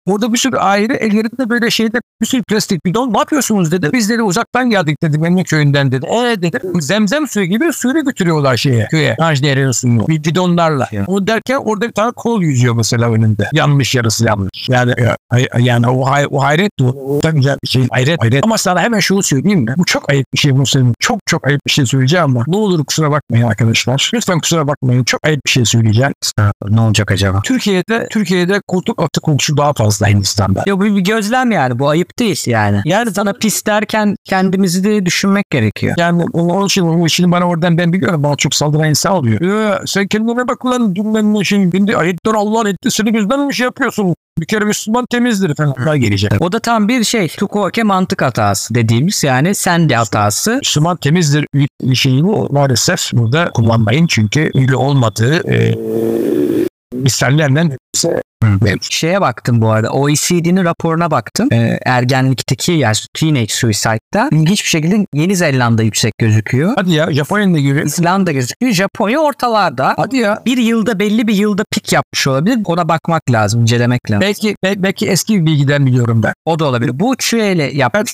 Orada bir sürü aile ellerinde böyle şeyde bir sürü plastik bidon. Ne yapıyorsunuz dedi. Biz dedi uzaktan geldik dedi. Memleket köyünden dedi. Dedi. Zemzem suyu gibi suyu götürüyorlar köye. Najdere'nin suyunu. Bidonlarla. Onu derken orada bir tane kol yüzüyor mesela önünde. Yanmış, yarısı yanmış. Yani o hayret. O da güzel bir şey. Hayret. Ama sana hemen şunu söyleyeyim mi? Bu çok ayıp bir şey. Bunu söyleyeyim. Çok ayıp bir şey söyleyeceğim ama ne olur kusura bakmayın arkadaşlar. Lütfen kusura bakmayın. Çok ayıp bir şey söyleyeceğim. Ne olacak acaba? Türkiye'de koltuk atı kokusu daha fazla Hindistan'da. Ya bu bir gözlem yani. Bu ayıp değil yani. Yani sana pis derken kendimizi de düşünmek gerekiyor. Yani onun için bana oradan ben biliyorum. Bana çok saldıran insan oluyor. Sen kendine bak lan. Dünmenin için. Şimdi ayetler Allah'ın ettisini bizden bir şey yapıyorsun. Bir kere Müslüman temizdir falan. Daha gelecek. O da tam bir Tukoke mantık hatası dediğimiz yani Sandy hatası. Müslüman temizdir şeyini maalesef burada kullanmayın. Çünkü öyle olmadığı misallerle Şeye baktım bu arada. OECD'nin raporuna baktım. Ergenlikteki yani teenage suicide'da ilginç bir şekilde Yeni Zelanda yüksek gözüküyor. Hadi ya, Japonya'da gibi. İzlanda gözüküyor. Japonya ortalarda. Hadi ya. Belli bir yılda pik yapmış olabilir. Ona bakmak lazım, incelemek lazım. Belki eski bir bilgiden biliyorum ben. O da olabilir. Bu Çüye'yle yapmış.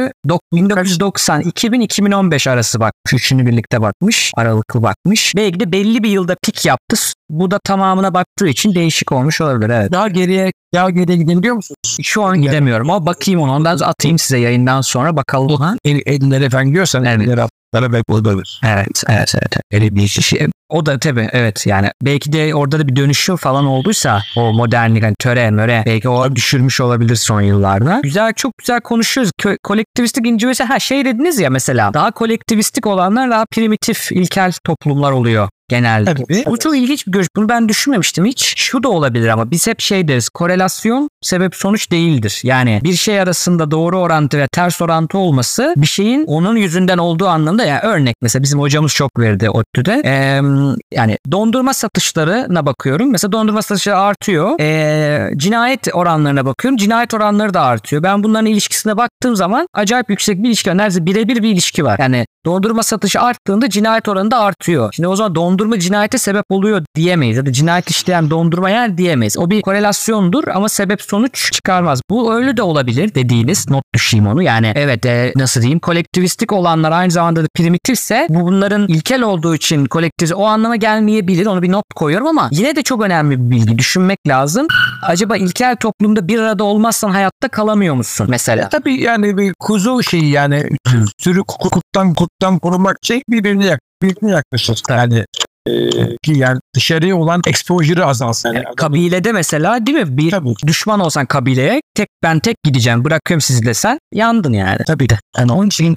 1990-2015 arası bakmış. Üçünü birlikte bakmış. Aralıklı bakmış. Belki de belli bir yılda pik yaptı. Bu da tamamına baktığı için değişik olmuş olabilir. Evet. Daha geriye gidebiliyor musunuz? Şu an gidemiyorum ama bakayım onu. Ondan atayım size yayından sonra bakalım ona. Elinlere falan görsen elinlere atlara belki olabilir. Evet. Öyle bir şey. O da tabii evet yani belki de orada da bir dönüşüm falan olduysa o modernlik hani töre belki o düşürmüş olabilir son yıllarda. Çok güzel konuşuyoruz. Kolektivistik incivesi şey dediniz ya mesela daha kolektivistik olanlar daha primitif ilkel toplumlar oluyor. Genelde. Evet. Bu çok ilginç bir görüş. Bunu ben düşünmemiştim hiç. Şu da olabilir ama biz hep deriz. Korelasyon sebep sonuç değildir. Yani bir şey arasında doğru orantı ve ters orantı olması bir şeyin onun yüzünden olduğu anlamda yani örnek mesela bizim hocamız çok verdi ODTÜ'de. Yani dondurma satışlarına bakıyorum. Mesela dondurma satışları artıyor. Cinayet oranlarına bakıyorum. Cinayet oranları da artıyor. Ben bunların ilişkisine baktığım zaman acayip yüksek bir ilişki var. Neredeyse birebir bir ilişki var. Yani dondurma satışı arttığında cinayet oranı da artıyor. Şimdi o zaman dondurma cinayete sebep oluyor diyemeyiz. Ya da cinayet işleyen dondurma yer diyemeyiz. O bir korelasyondur ama sebep sonuç çıkarmaz. Bu öyle de olabilir dediğiniz. Not düşeyim onu. Yani evet nasıl diyeyim kolektivistik olanlar aynı zamanda da primitifse bunların ilkel olduğu için kolektif o anlama gelmeyebilir. Onu bir not koyuyorum ama yine de çok önemli bir bilgi. Düşünmek lazım. Acaba ilkel toplumda bir arada olmazsan hayatta kalamıyor musun mesela? Tabii yani bir kuzu şeyi yani sürü kurttan korumak için birbirine yaklaşır. Yani dışarıya olan exposure'ı azalsın. Yani kabilede mesela değil mi? Bir düşman olsan kabileye ben tek gideceğim bırakıyorum sizi desen yandın yani. Tabii de. Yani onun için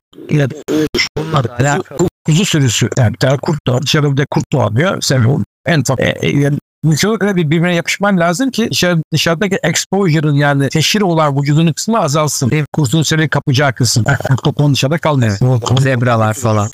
kuzu sürüsü yani bir tane kurt doğar. Dışarıda kurt doğamıyor. Sen en çok mümkün birbirine yapışman lazım ki dışarıdaki exposure'ın yani teşhir olan vücudunun kısmı azalsın. Kurtun seni kapacağı kısım. Topun dışarıda kalmıyor. Zebralar falan.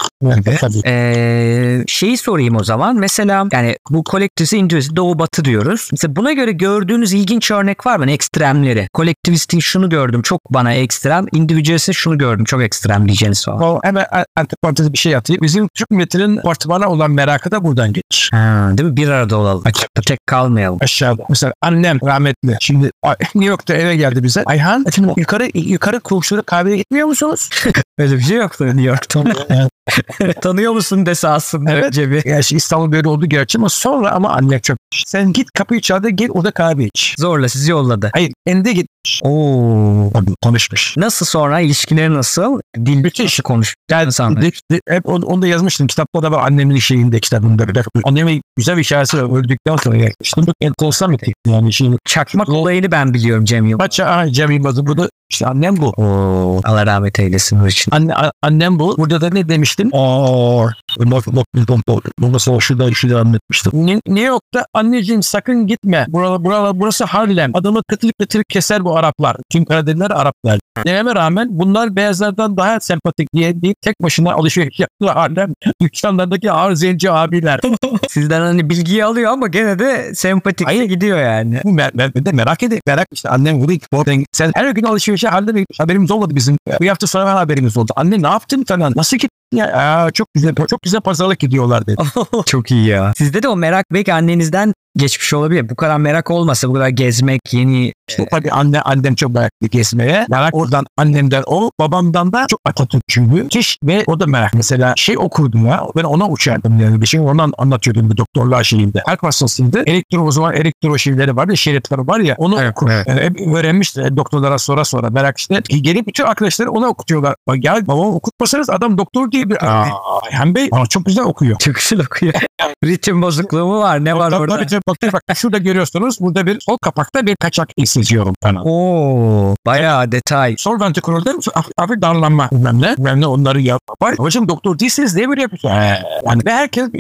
Şeyi sorayım o zaman. Mesela yani bu kolektivist individualist doğu batı diyoruz. Mesela buna göre gördüğünüz ilginç örnek var mı? Ekstremleri. Kolektivistin şunu gördüm çok bana ekstrem. Individualistin şunu gördüm çok ekstrem diyeceğiniz falan. Hemen antiparantez bir şey atayım. Bizim Türk milletinin partimana olan merakı da buradan gelir. Değil mi? Bir arada olalım. Tek kalmayalım. Aşağıda. Mesela annem rahmetli. Şimdi New York'ta eve geldi bize. Ayhan yukarı komşulara kahveye gitmiyor musunuz? Öyle bir şey yoktu New York'ta. Tanıyor musun dese aslında. Evet. Cebi. Yani İstanbul böyle oldu gerçi ama sonra annem çok. Sen git kapıyı çaldı gel orada kahve iç. Zorla sizi yolladı. Hayır kendi gitmiş. Konuşmuş. Nasıl sonra ilişkileri nasıl? Dil müthiş konuş. Yani hep onu da yazmıştım. Kitapta da var annemin şeyinde kitabında. Annemin güzel bir hikayesi var. Öldükten sonra yaklaştım. Çok enteresan bir teknik yani. Çakmak olayını ben biliyorum Cem Yılmaz. Cem Yılmaz'ın burada işte annem bu. Allah rahmet eylesin o için. Annem bu. Burada da ne demiştim? Nasıl şurada anlatmıştım. New York'ta anneciğim sakın gitme. Burası Harlem. Adamı kıtır keser bu Araplar. Tüm Karadeniler Araplar. Dememe rağmen bunlar beyazlardan daha sempatik diye tek başına alışveriş yaptılar Harlem. Dükkanlardaki ağır zenci abiler. Sizden hani bilgiyi alıyor ama gene de sempatik gidiyor yani. Merak işte annem burayı sen her gün alışverişe Harlem'e haberimiz olmadı bizim. Bir hafta sonra haberimiz oldu. Anne ne yaptın falan? Nasıl gittin? Ya çok güzel pazarlık gidiyorlar dedi. Çok iyi ya. Sizde de o merak belki annenizden geçmiş olabilir. Bu kadar merak olmasa, bu kadar gezmek, yeni... Tabii annem çok meraklı gezmeye. Merak oradan annemden o, babamdan da çok Atatürkçüydü. Ve o da merak. Mesela okurdu ya. Ben ona uçardım yani. Bir şey ondan anlatıyordum bir doktorluğa şeyinde. Kalp hastasıydı. O zaman elektro şeyleri vardı. Şeritleri var ya. Onu okur. Evet. Yani öğrenmişti doktorlara sonra merak işte. Gelip bütün arkadaşları ona okutuyorlar. Bak ya babam okutmasanız adam doktor diye bir... Ayhan Bey çok güzel okuyor. Çok güzel okuyor. Ritim bozukluğu mu var? Ne var orada? Bak şurada görüyorsunuz. Burada bir sol kapakta bir kaçak hissediyorum sana. Oo, bayağı detay. Sol ventrikülde hafif darlanma. Bilmem ne onları yapar. Hocam doktor değilsiniz niye böyle yapıyorsunuz? Yani herkes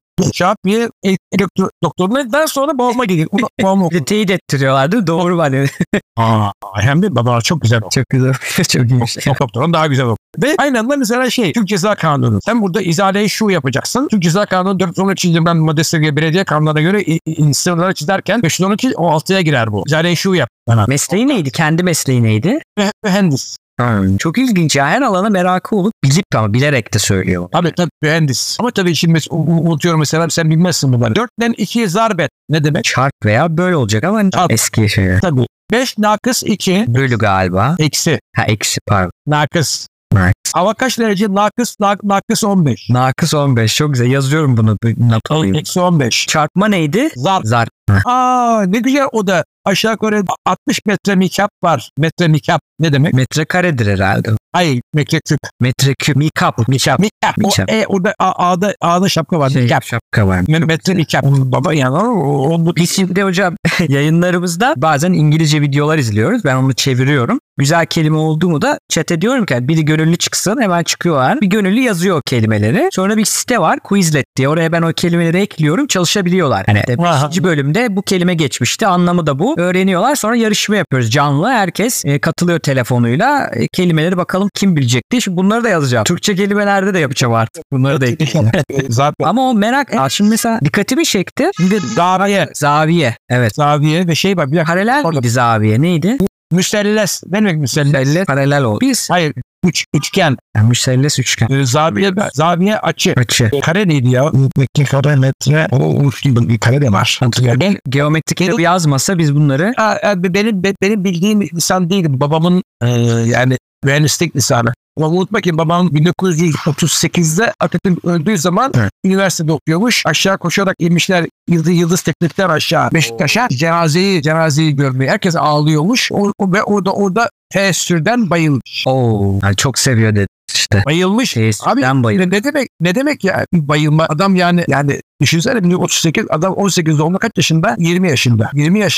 bir doktorlardan sonra babama geliyor. Teyit ettiriyorlar değil mi? Doğru var yani. Hem de baba çok güzel okuyor. Çok güzel. Çok iyi. Doktorun daha güzel okuyor. Ve aynı anda mesela Türk Ceza Kanunu. Sen burada izaleyi şu yapacaksın. Türk Ceza Kanunu 412 yılından maddesi ve belediye kanunlarına göre sınırları çizerken 512 o 6'ya girer bu. İzaleyi şu yap. Mesleği neydi? Kendi mesleği neydi? Mühendis. Çok ilginç ya. Her alana merakı olup bilip ama bilerek de söylüyor. Tabii mühendis. Ama tabii şimdi unutuyorum mesela sen bilmezsin bunları. 4'ten 2'ye zarbet ne demek? Çarp veya böyle olacak ama eski şey. Tabii. 5 nakıs 2. Bölü galiba. Eksi. Eksi pardon. Nakıs. Hava kaç derece? Nakıs 15. Nakıs 15. Çok güzel. Yazıyorum bunu. Eksi 15. Çarpma neydi? Zar. Ne güzel o da. Aşağı yukarı 60 metre mikap var. Metre mikap ne demek? Metrekaredir herhalde. Hayır, metreküp. Metreküp. Mikap. Orada A'da şapka var. Şapka var. Metre mikap. Baba yani. Biz şimdi hocam yayınlarımızda bazen İngilizce videolar izliyoruz. Ben onu çeviriyorum. Güzel kelime oldu mu da chat'e diyorum ki biri gönüllü çıksın, hemen çıkıyorlar. Bir gönüllü yazıyor kelimeleri. Sonra bir site var Quizlet diye. Oraya ben o kelimeleri ekliyorum. Çalışabiliyorlar. Hani 5. bölümde bu kelime geçmişti. Anlamı da bu. Öğreniyorlar. Sonra yarışma yapıyoruz canlı. Herkes katılıyor telefonuyla. Kelimeleri bakalım kim bilecek diye. Şimdi bunları da yazacağım. Türkçe kelimelerde de yapacağım artık. Bunları da ekleyeceğim. Ama o merak. Şimdi mesela dikkatimi çekti. Zaviye. Evet. Zaviye ve var. Bir paralel miydi zaviye? Neydi? Müselles. Ne demek müselles? Paralel o. Hayır. Üçgen. Yani müselles üçgen. Zaviye açı. Kare neydi ya? Kare metre. Bir kare de var. Ben geometrik kitabı yazmasa biz bunları... Benim bildiğim lisan değildi. Babamın yani mühendislik lisanı. Ama unutma ki babam 1938'de Atatürk öldüğü zaman üniversitede okuyormuş. Aşağı koşarak inmişler yıldız teknikler aşağı. Beşiktaş'a cenazeyi görmeye. Herkes ağlıyormuş. Ve orada teessürden bayılmış. Yani çok seviyor dedi işte. Bayılmış. Abi bayılmış. Ne demek ya bayılma? Adam yani düşünsene 1938 adam 18 doğumlu kaç yaşında? 20 yaşında.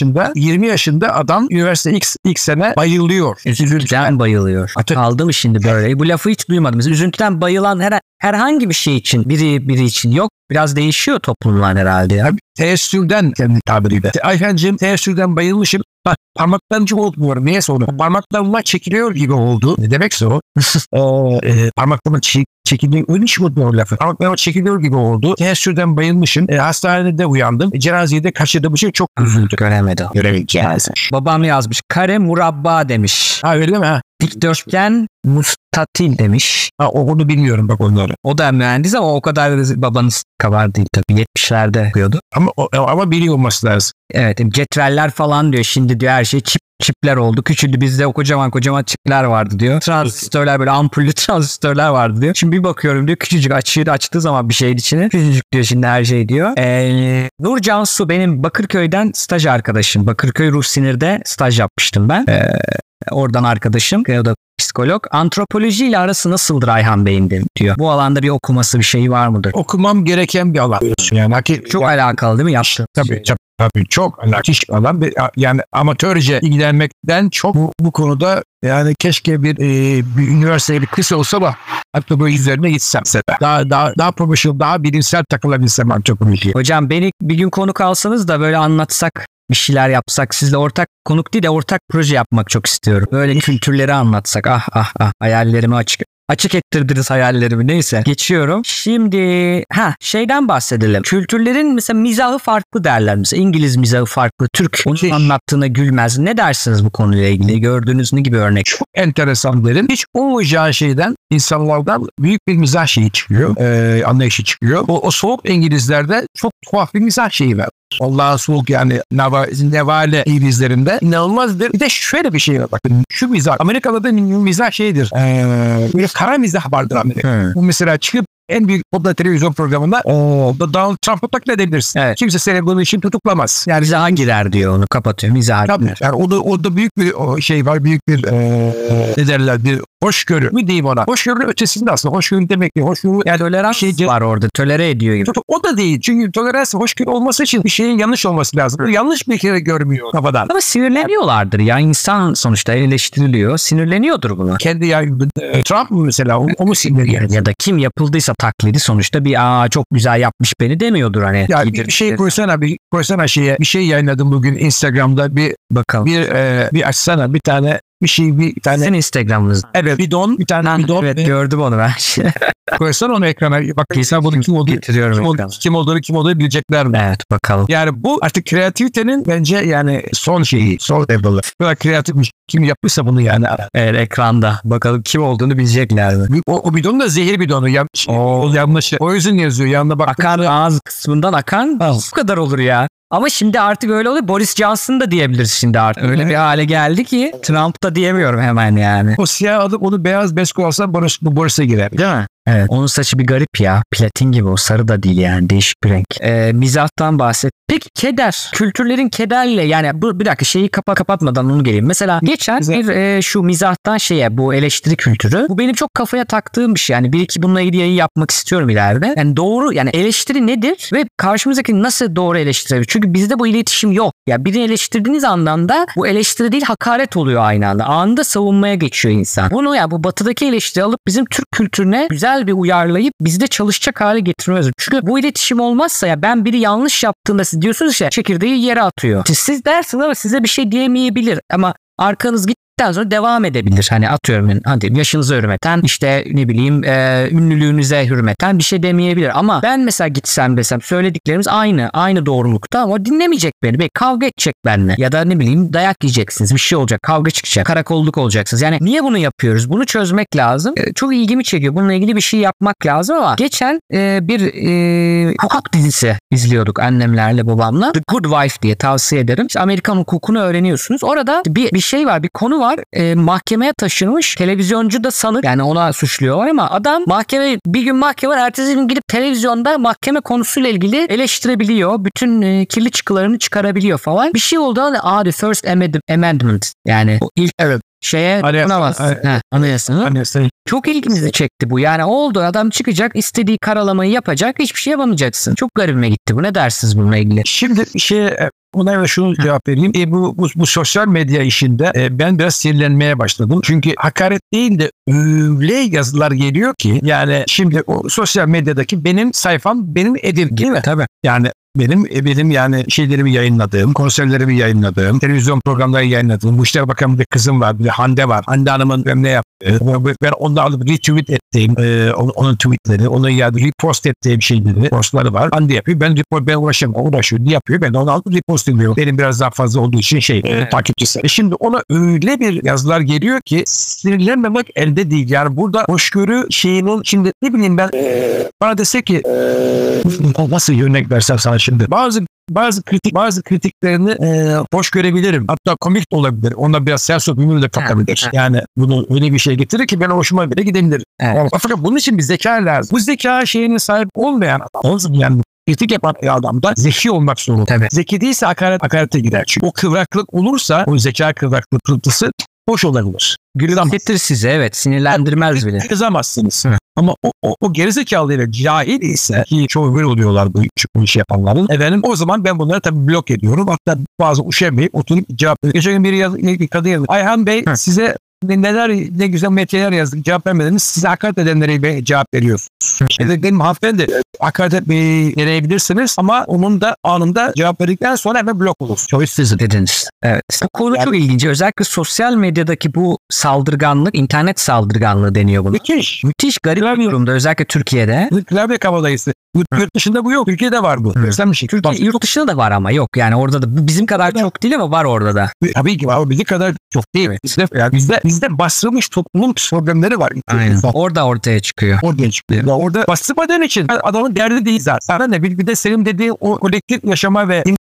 20 yaşında adam üniversite ilk sene bayılıyor. Üzüntüden bayılıyor. Kaldı şimdi böyle? Bu lafı hiç duymadım. Üzüntüden bayılan herhangi bir şey için biri için yok. Biraz değişiyor toplumlar herhalde ya. Teessürden kendi tabiriyle. Ayhancığım teessürden bayılmışım. Bak parmaklarım çok olmuyor. Niye sonra? Parmaklarımla çekiliyor gibi oldu. Ne demekse o? Parmaklarımla çekiliyor. Ölmüş mü bu lafı? Parmaklarımla çekiliyor gibi oldu. Teessürden bayılmışım. Hastanede uyandım. Cenazeyi de kaçırdığım için çok üzüldüm. Göremedim. Babam yazmış. Kare murabba demiş. Öyle mi? Dikdörtgen mustatil demiş. Onu bilmiyorum bak onları. O da mühendis ama o kadar babanız kadar değil tabii. 70'lerde okuyordu. Ama biliyor olması lazım. Evet, cetveller falan diyor. Şimdi diyor her şey çipler oldu. Küçüldü. Bizde o kocaman çipler vardı diyor. Transistörler böyle ampullü transistörler vardı diyor. Şimdi bir bakıyorum diyor küçücük açtığı zaman bir şeyin içine. Küçücük diyor şimdi her şey diyor. Nur Cansu benim Bakırköy'den staj arkadaşım. Bakırköy Ruh Sinir'de staj yapmıştım ben. Oradan arkadaşım. O da psikolog. Antropoloji ile arası nasıldır Ayhan Bey'in diyor. Bu alanda bir okuması bir şey var mıdır? Okumam gereken bir alan. Yani çok alakalı değil mi yaptığın? Tabii çok alakalı bir alan. Yani amatörce ilgilenmekten çok bu konuda yani keşke bir üniversiteye bir kız olsa da hatta böyle üzerine gitsem. Daha profesyonel, daha bilimsel takılabilsem antropolojiye. Hocam beni bir gün konuk alsanız da böyle anlatsak, bir şeyler yapsak, sizle ortak konuk değil de ortak proje yapmak çok istiyorum. Böyle kültürleri anlatsak. Hayallerimi açık ettirdiniz hayallerimi. Neyse. Geçiyorum. Şimdi şeyden bahsedelim. Kültürlerin mesela mizahı farklı derler. Mesela İngiliz mizahı farklı. Türk onun anlattığına gülmez. Ne dersiniz bu konuyla ilgili? Gördüğünüz ne gibi örnek? Çok enteresan derim. Hiç olmayacağı şeyden insanlardan büyük bir mizah şeyi çıkıyor. Anlayışı çıkıyor. O soğuk İngilizlerde çok tuhaf bir mizah şeyi var. Allah'a soğuk yani nevale izlerinde inanılmazdır. Bir de şöyle bir şey var bakın. Şu mizah. Amerika'da mizah şeydir. Böyle kara mizah vardır Amerika'da. Bu mesela çıkıp en büyük podda televizyon programında Donald Trump'ı taklit edebilirsin. Evet. Kimse seni bunun için tutuklamaz. Yani mizaha girer diyor, onu kapatıyor. Mizaha girer. Yani o da büyük bir şey var. Büyük bir ne derler, bir hoşgörü mi diyeyim ona. Hoşgörünün ötesinde aslında. Hoşgörü demek ki. Hoşgörü yani tolerans şey var orada. Tolere ediyor gibi. O da değil. Çünkü tolerans, hoşgörü olması için bir şeyin yanlış olması lazım. Yanlış bir kere görmüyor kafadan. Ama sinirleniyorlardır ya. İnsan sonuçta eleştiriliyor. Sinirleniyordur buna. Kendi Trump mı mesela? O mu sinirleniyor? Ya da kim yapıldıysa taklidi sonuçta bir çok güzel yapmış beni demiyordur hani. Ya bir şey koysana şeye. Bir şey yayınladım bugün Instagram'da, bir bakalım. Bir açsana bir tane. Bir tane. Sizin Instagram'ınız. Evet, bidon. Bir tane bidon. Evet, gördüm onu ben. Koysan onu ekrana. Bak mesela bunu kim olduğunu bilecekler mi? Evet, bakalım. Yani bu artık kreativitenin bence yani son şeyi. Son level'ı. Böyle kreatifmiş. Kim yapmışsa bunu yani. Evet, ekranda. Bakalım kim olduğunu bilecekler mi? O bidon da zehir bidonu. Yanlış. O yüzden yazıyor. Yanına bak. Akan, ağız kısmından akan. Bu kadar olur ya. Ama şimdi artık öyle oluyor. Boris Johnson da diyebiliriz şimdi artık. Öyle bir hale geldi ki Trump da diyemiyorum hemen yani. O siyah alıp onu beyaz besko alsa Boris'e girer. Değil mi? Evet. Onun saçı bir garip ya. Platin gibi, o sarı da değil yani. Değişik bir renk. Mizahtan bahset. Peki keder. Kültürlerin kederle yani bir dakika şeyi kapatmadan onu geleyim. Mesela geçen bir şu mizahtan bu eleştiri kültürü. Bu benim çok kafaya taktığım bir şey. Yani bir iki bununla ilgili yayın yapmak istiyorum ileride. Yani doğru, yani eleştiri nedir ve karşımızdaki nasıl doğru eleştirebilir? Çünkü bizde bu iletişim yok. Ya birini eleştirdiğiniz anlamda bu eleştiri değil hakaret oluyor aynı anda. Anında savunmaya geçiyor insan. Bunu bu batıdaki eleştiri alıp bizim Türk kültürüne güzel bir uyarlayıp bizde çalışacak hale getirmez. Çünkü bu iletişim olmazsa ben biri yanlış yaptığında siz diyorsunuz çekirdeği yere atıyor. Siz dersiniz ama size bir şey diyemeyebilir ama arkanız gittikten sonra devam edebilir. Hani atıyorum, hadi yaşınıza hürmeten, işte ne bileyim ünlülüğünüze hürmeten bir şey demeyebilir. Ama ben mesela gitsem desem söylediklerimiz aynı doğrulukta ama dinlemeyecek beni. Belki kavga edecek benimle. Ya da ne bileyim dayak yiyeceksiniz. Bir şey olacak. Kavga çıkacak. Karakolluk olacaksınız. Yani niye bunu yapıyoruz? Bunu çözmek lazım. Çok ilgimi çekiyor. Bununla ilgili bir şey yapmak lazım ama geçen bir hukuk dizisi izliyorduk annemlerle babamla. The Good Wife diye tavsiye ederim. İşte Amerikan hukukunu öğreniyorsunuz. Orada bir şey var. Bir konu var. Mahkemeye taşınmış. Televizyoncu da sanık. Yani ona suçluyorlar ama adam bir gün mahkeme var. Ertesi gün gidip televizyonda mahkeme konusuyla ilgili eleştirebiliyor. Bütün kirli çıkılarını çıkarabiliyor falan. Bir şey oldu. The First Amendment. Yani o ilk şeye anayasa. Çok ilgimizi çekti bu. Yani oldu, adam çıkacak, istediği karalamayı yapacak, hiçbir şey yapamayacaksın. Çok garibime gitti bu. Ne dersiniz bununla ilgili? Şimdi ona şunu cevap vereyim. Bu sosyal medya işinde ben biraz sinirlenmeye başladım. Çünkü hakaret değil de öyle yazılar geliyor ki yani şimdi o sosyal medyadaki benim sayfam benim edim değil mi? Tabii. Yani benim yani şeylerimi yayınladığım, konserlerimi yayınladığım, televizyon programları yayınladığım, bu işler bakan bir kızım var, bir Hande var. Hande Hanım'ın ne yaptığı, ben onu alıp retweet ettiğim, onun tweetleri, onu repost ettiğim şeyleri, postları var. Hande yapıyor, ben uğraşıyorum, ne yapıyor? Ben onu alıp repost ediyorum. Benim biraz daha fazla olduğu için takipçisi. Şimdi ona öyle bir yazılar geliyor ki sinirlenmemek elde değil. Yani burada hoşgörü şeyinin, şimdi ne bileyim ben, bana dese ki nasıl örnek versem sana şimdi. Bazı kritiklerini hoş görebilirim. Hatta komik de olabilir. Onda biraz sensör ümünü de katabilir. Yani bunu öyle bir şey getirir ki ben hoşuma bile gidebilir. Fakat bunun için bir zeka lazım. Bu zeka şeyine sahip olmayan adam, yani kritik yapan adamda zeki olmak zorunda. Tabii. Zeki değilse hakarete gider. Çünkü o kıvraklık olursa, o zeka kıvraklıklısı hoş olabilir. Gülümsetir size, evet, sinirlendirmez bile. Kızamazsınız. Ama o gerizekalıyla cahil ise, ki çoğu böyle oluyorlar bu işi yapanların. O zaman ben bunları tabii blok ediyorum. Hatta bazı uşamayıp oturup cevap veriyorum. Geçen gün bir kadın yazdı. Ayhan Bey size ne güzel metiyeler yazdık, cevap vermediniz. Size hakaret edenlere cevap veriyorsunuz. Benim hanımefendi hakaret etmeyi deneyebilirsiniz ama onun da anında cevap verdikten sonra hemen blok olur. Çok sizin dediniz. Evet. Bu konu çok ilginç. Özellikle sosyal medyadaki bu saldırganlık, internet saldırganlığı deniyor buna. Müthiş garip bir durumda, özellikle Türkiye'de. Klavye kabadayısı. Yurt dışında bu yok. Türkiye'de var bu. Yurt dışında da var ama yok. Yani orada da bizim kadar çok değil ama var orada da. Tabii ki var. Bizim kadar çok değil mi? Bizde bastırılmış toplumun problemleri var. Aynen. Orada ortaya çıkıyor. Orada bastırmadığın için adamın derdi değil zaten. Sana ne? Bir de senin dediğin o kolektif yaşama ve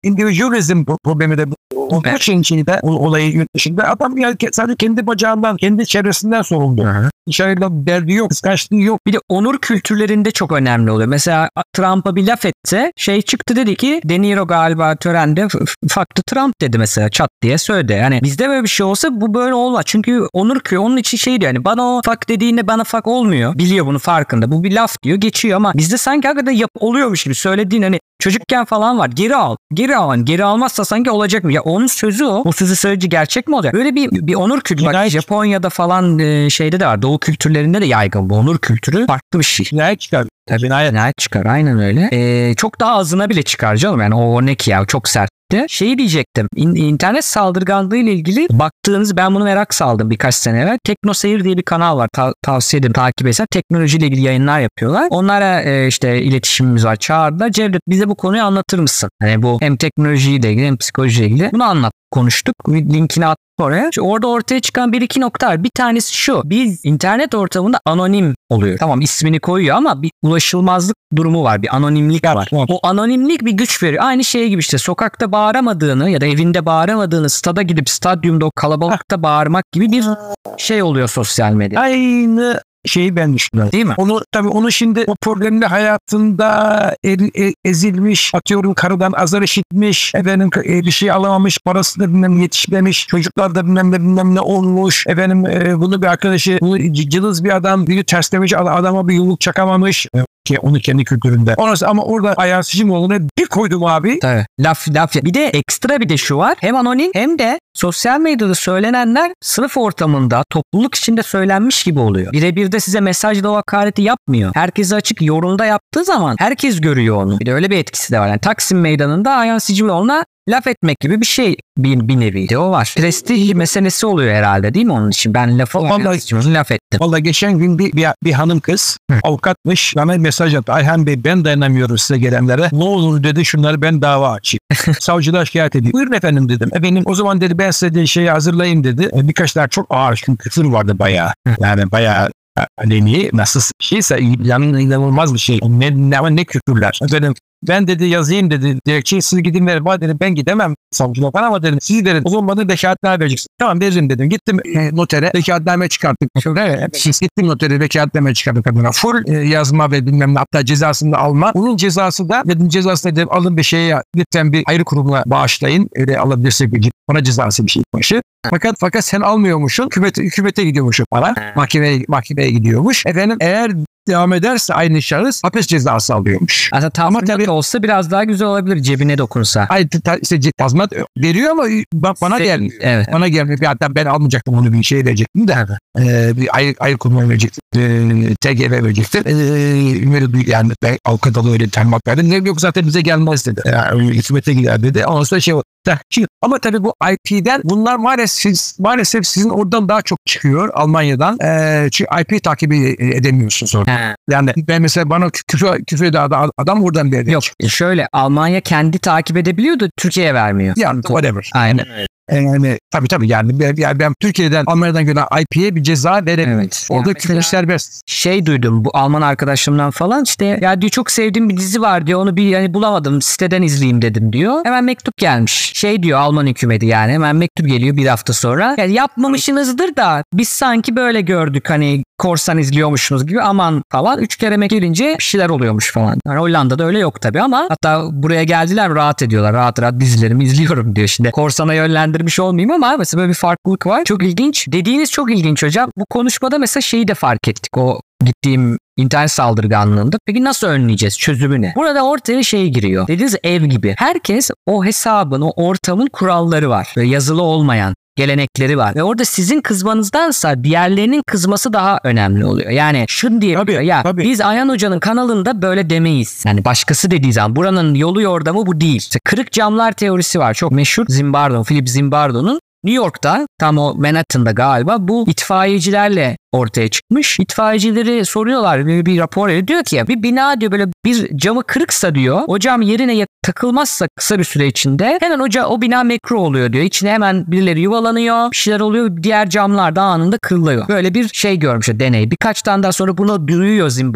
individualizm problemi de bu. O şeyin içinde, olayı yurt dışında adam yani sadece kendi bacağından, kendi çevresinden sorumlu. Dışarıda derdi yok, kıskançlığı yok. Bir de onur kültürlerinde çok önemli oluyor. Mesela Trump'a bir laf etse çıktı dedi ki De Niro galiba törende fuck the Trump dedi mesela, çat diye söyledi. Yani bizde böyle bir şey olsa bu böyle olmaz. Çünkü onur köyü onun için şey diyor. Yani bana o fuck dediğinde bana fuck olmuyor. Biliyor bunu, farkında. Bu bir laf diyor, geçiyor ama bizde sanki hakikaten oluyormuş gibi söylediğin hani çocukken falan var. Geri al. Geri al. Geri almazsa sanki olacak mı? Ya onun sözü o. O sözü söyleyince gerçek mi olacak? Böyle bir onur kültürü. Bak Japonya'da falan şeyde de var. Doğu kültürlerinde de yaygın bu onur kültürü. Farklı bir şey. Cinayet çıkar. Tabii cinayet çıkar. Aynen öyle. Çok daha azına bile çıkar canım. Yani o ne ki ya? Çok sert. Şeyi diyecektim. İnternet saldırganlığı ile ilgili baktığınız, ben bunu merak saldım birkaç sene evvel. TeknoSeyir diye bir kanal var. Tavsiye ederim, takip etsen. Teknolojiyle ilgili yayınlar yapıyorlar. Onlara işte iletişimimiz var. Çağırdılar. Cevdet, bize bu konuyu anlatır mısın? Hani bu hem teknolojiyle ilgili hem psikolojiyle ilgili. Bunu anlat. Konuştuk. Linkini attık oraya. Orada ortaya çıkan bir iki nokta var. Bir tanesi şu. Biz internet ortamında anonim oluyor. Tamam, ismini koyuyor ama bir ulaşılmazlık durumu var. Bir anonimlik var. O anonimlik bir güç veriyor. Aynı şey gibi işte sokakta bağıramadığını ya da evinde bağıramadığını stada gidip stadyumda o kalabalıkta bağırmak gibi bir şey oluyor sosyal medya. Aynı şeyi ben düşünüyorum. Değil mi? Onu şimdi o problemli hayatında ezilmiş, atıyorum karıdan azar işitmiş, efendim bir şey alamamış, parasını bilmem yetişmemiş, çocuklar da bilmem ne olmuş, efendim bunu bir arkadaşı, bunu cılız bir adam, biri terslemiş, adama bir yumruk çakamamış. Ki onu kendi kültüründe. Ondan ama orada ayarsızım olduğunu bir koydum abi. Tabii. Laf. Bir de ekstra bir de şu var. Hem anonim hem de sosyal medyada söylenenler sınıf ortamında, topluluk içinde söylenmiş gibi oluyor. Birebir de size mesajla o hakareti yapmıyor. Herkese açık yorumda yaptığı zaman herkes görüyor onu. Bir de öyle bir etkisi de var. Yani Taksim Meydanı'nda Ayhan Sicimoğlu'na laf etmek gibi bir şey, bir nevi de o var. Prestij meselesi oluyor herhalde, değil mi onun için? Ben laf ettim. Vallahi geçen gün bir hanım kız avukatmış, bana mesaj attı. Ayhan Bey, ben dayanamıyorum size gelenlere. Ne olur dedi, şunları ben dava açayım. Savcılığa şikayet edeyim. Buyurun efendim dedim. Efendim o zaman dedi ben size de şeyi hazırlayayım dedi. Birkaç tane çok ağır küfür vardı bayağı. Yani bayağı aleni, nasıl şeyse inanılmaz bir şey. Ne küfürler. Efendim ben dedi yazayım dedi. Dilekçeyi siz gidin verin. Bana dedim ben gidemem savcılığa falan ama dedim siz dedim o zaman bana vekaletname vereceksin. Tamam veririm dedim. Gittim notere vekaletname çıkarttık. Gittim notere vekaletname çıkarttık kadına. Full yazma ve bilmem ne, hatta cezasını da alma. Bunun cezası da dedim cezasını dedim alın bir şeye lütfen bir hayır kurumuna bağışlayın. Öyle alabilirsek bir para cezası bir şey başı. Fakat sen almıyormuşsun. Hükümete gidiyormuşsun para. Mahkemeye gidiyormuş. Efendim eğer devam ederse aynı şahıs hapis cezası alıyormuş. Aslında tazminat olsa biraz daha güzel olabilir, cebine dokunsa. İşte tazminat veriyor ama bana gelmiyor. Evet. Bana gelmiyor. Hatta ben almayacaktım onu, bir şey verecektim de. Bir ayır kurma verecektim. TGV verecektim. Yani ben avukat alı öyle tanımak verdim. Yok zaten bize gelmez dedi. Yani, hükümete gider dedi. Ondan sonra şey oldu. Ama tabii bu IP'den bunlar maalesef sizin oradan daha çok çıkıyor Almanya'dan. Çünkü IP takibi edemiyorsunuz orada. Yani ben mesela bana küfür eden adam oradan bir yok. Şöyle Almanya kendi takip edebiliyordu, Türkiye'ye vermiyor. Yani whatever. Aynen. Yani tabii yani ben Türkiye'den Almanya'dan gelen IP'ye bir ceza veremiyorum. Evet. Orada küfür serbest. Şey duydum bu Alman arkadaşımdan falan, işte ya diyor çok sevdiğim bir dizi var diyor, onu bir bulamadım siteden izleyeyim dedim diyor. Hemen mektup gelmiş. Şey diyor Alman hükümeti, yani hemen mektup geliyor bir hafta sonra. Yani yapmamışsınızdır da biz sanki böyle gördük, hani korsan izliyormuşsunuz gibi, aman falan. 3 kere gelince bir şeyler oluyormuş falan. Yani Hollanda'da öyle yok tabii ama hatta buraya geldiler rahat ediyorlar. Rahat dizilerimi izliyorum diyor. Şimdi korsana yönlendirmiş olmayayım ama mesela böyle bir farklılık var. Çok ilginç. Dediğiniz çok ilginç hocam. Bu konuşmada mesela şeyi de fark ettik. O gittiğim internet saldırganlığında. Peki nasıl önleyeceğiz? Çözümü ne? Burada ortaya şey giriyor. Dediğiniz ev gibi. Herkes o hesabın, o ortamın kuralları var. Ve yazılı olmayan gelenekleri var. Ve orada sizin kızmanızdansa diğerlerinin kızması daha önemli oluyor. Yani şunu diye tabii. Biz Ayhan Hoca'nın kanalında böyle demeyiz. Yani başkası dediği zaman buranın yolu yordamı bu değil. İşte kırık camlar teorisi var. Çok meşhur. Philip Zimbardo'nun. New York'ta, tam o Manhattan'da galiba, bu itfaiyecilerle ortaya çıkmış. İtfaiyecileri soruyorlar, bir rapor ediyor, diyor ki bir bina diyor böyle bir camı kırıksa diyor, o cam yerine takılmazsa kısa bir süre içinde hemen o bina mekruh oluyor diyor. İçine hemen birileri yuvalanıyor, bir şeyler oluyor, diğer camlar da anında kırılıyor. Böyle bir şey görmüş, deney. Birkaç tane daha sonra bunu duyuyor Zimbardo.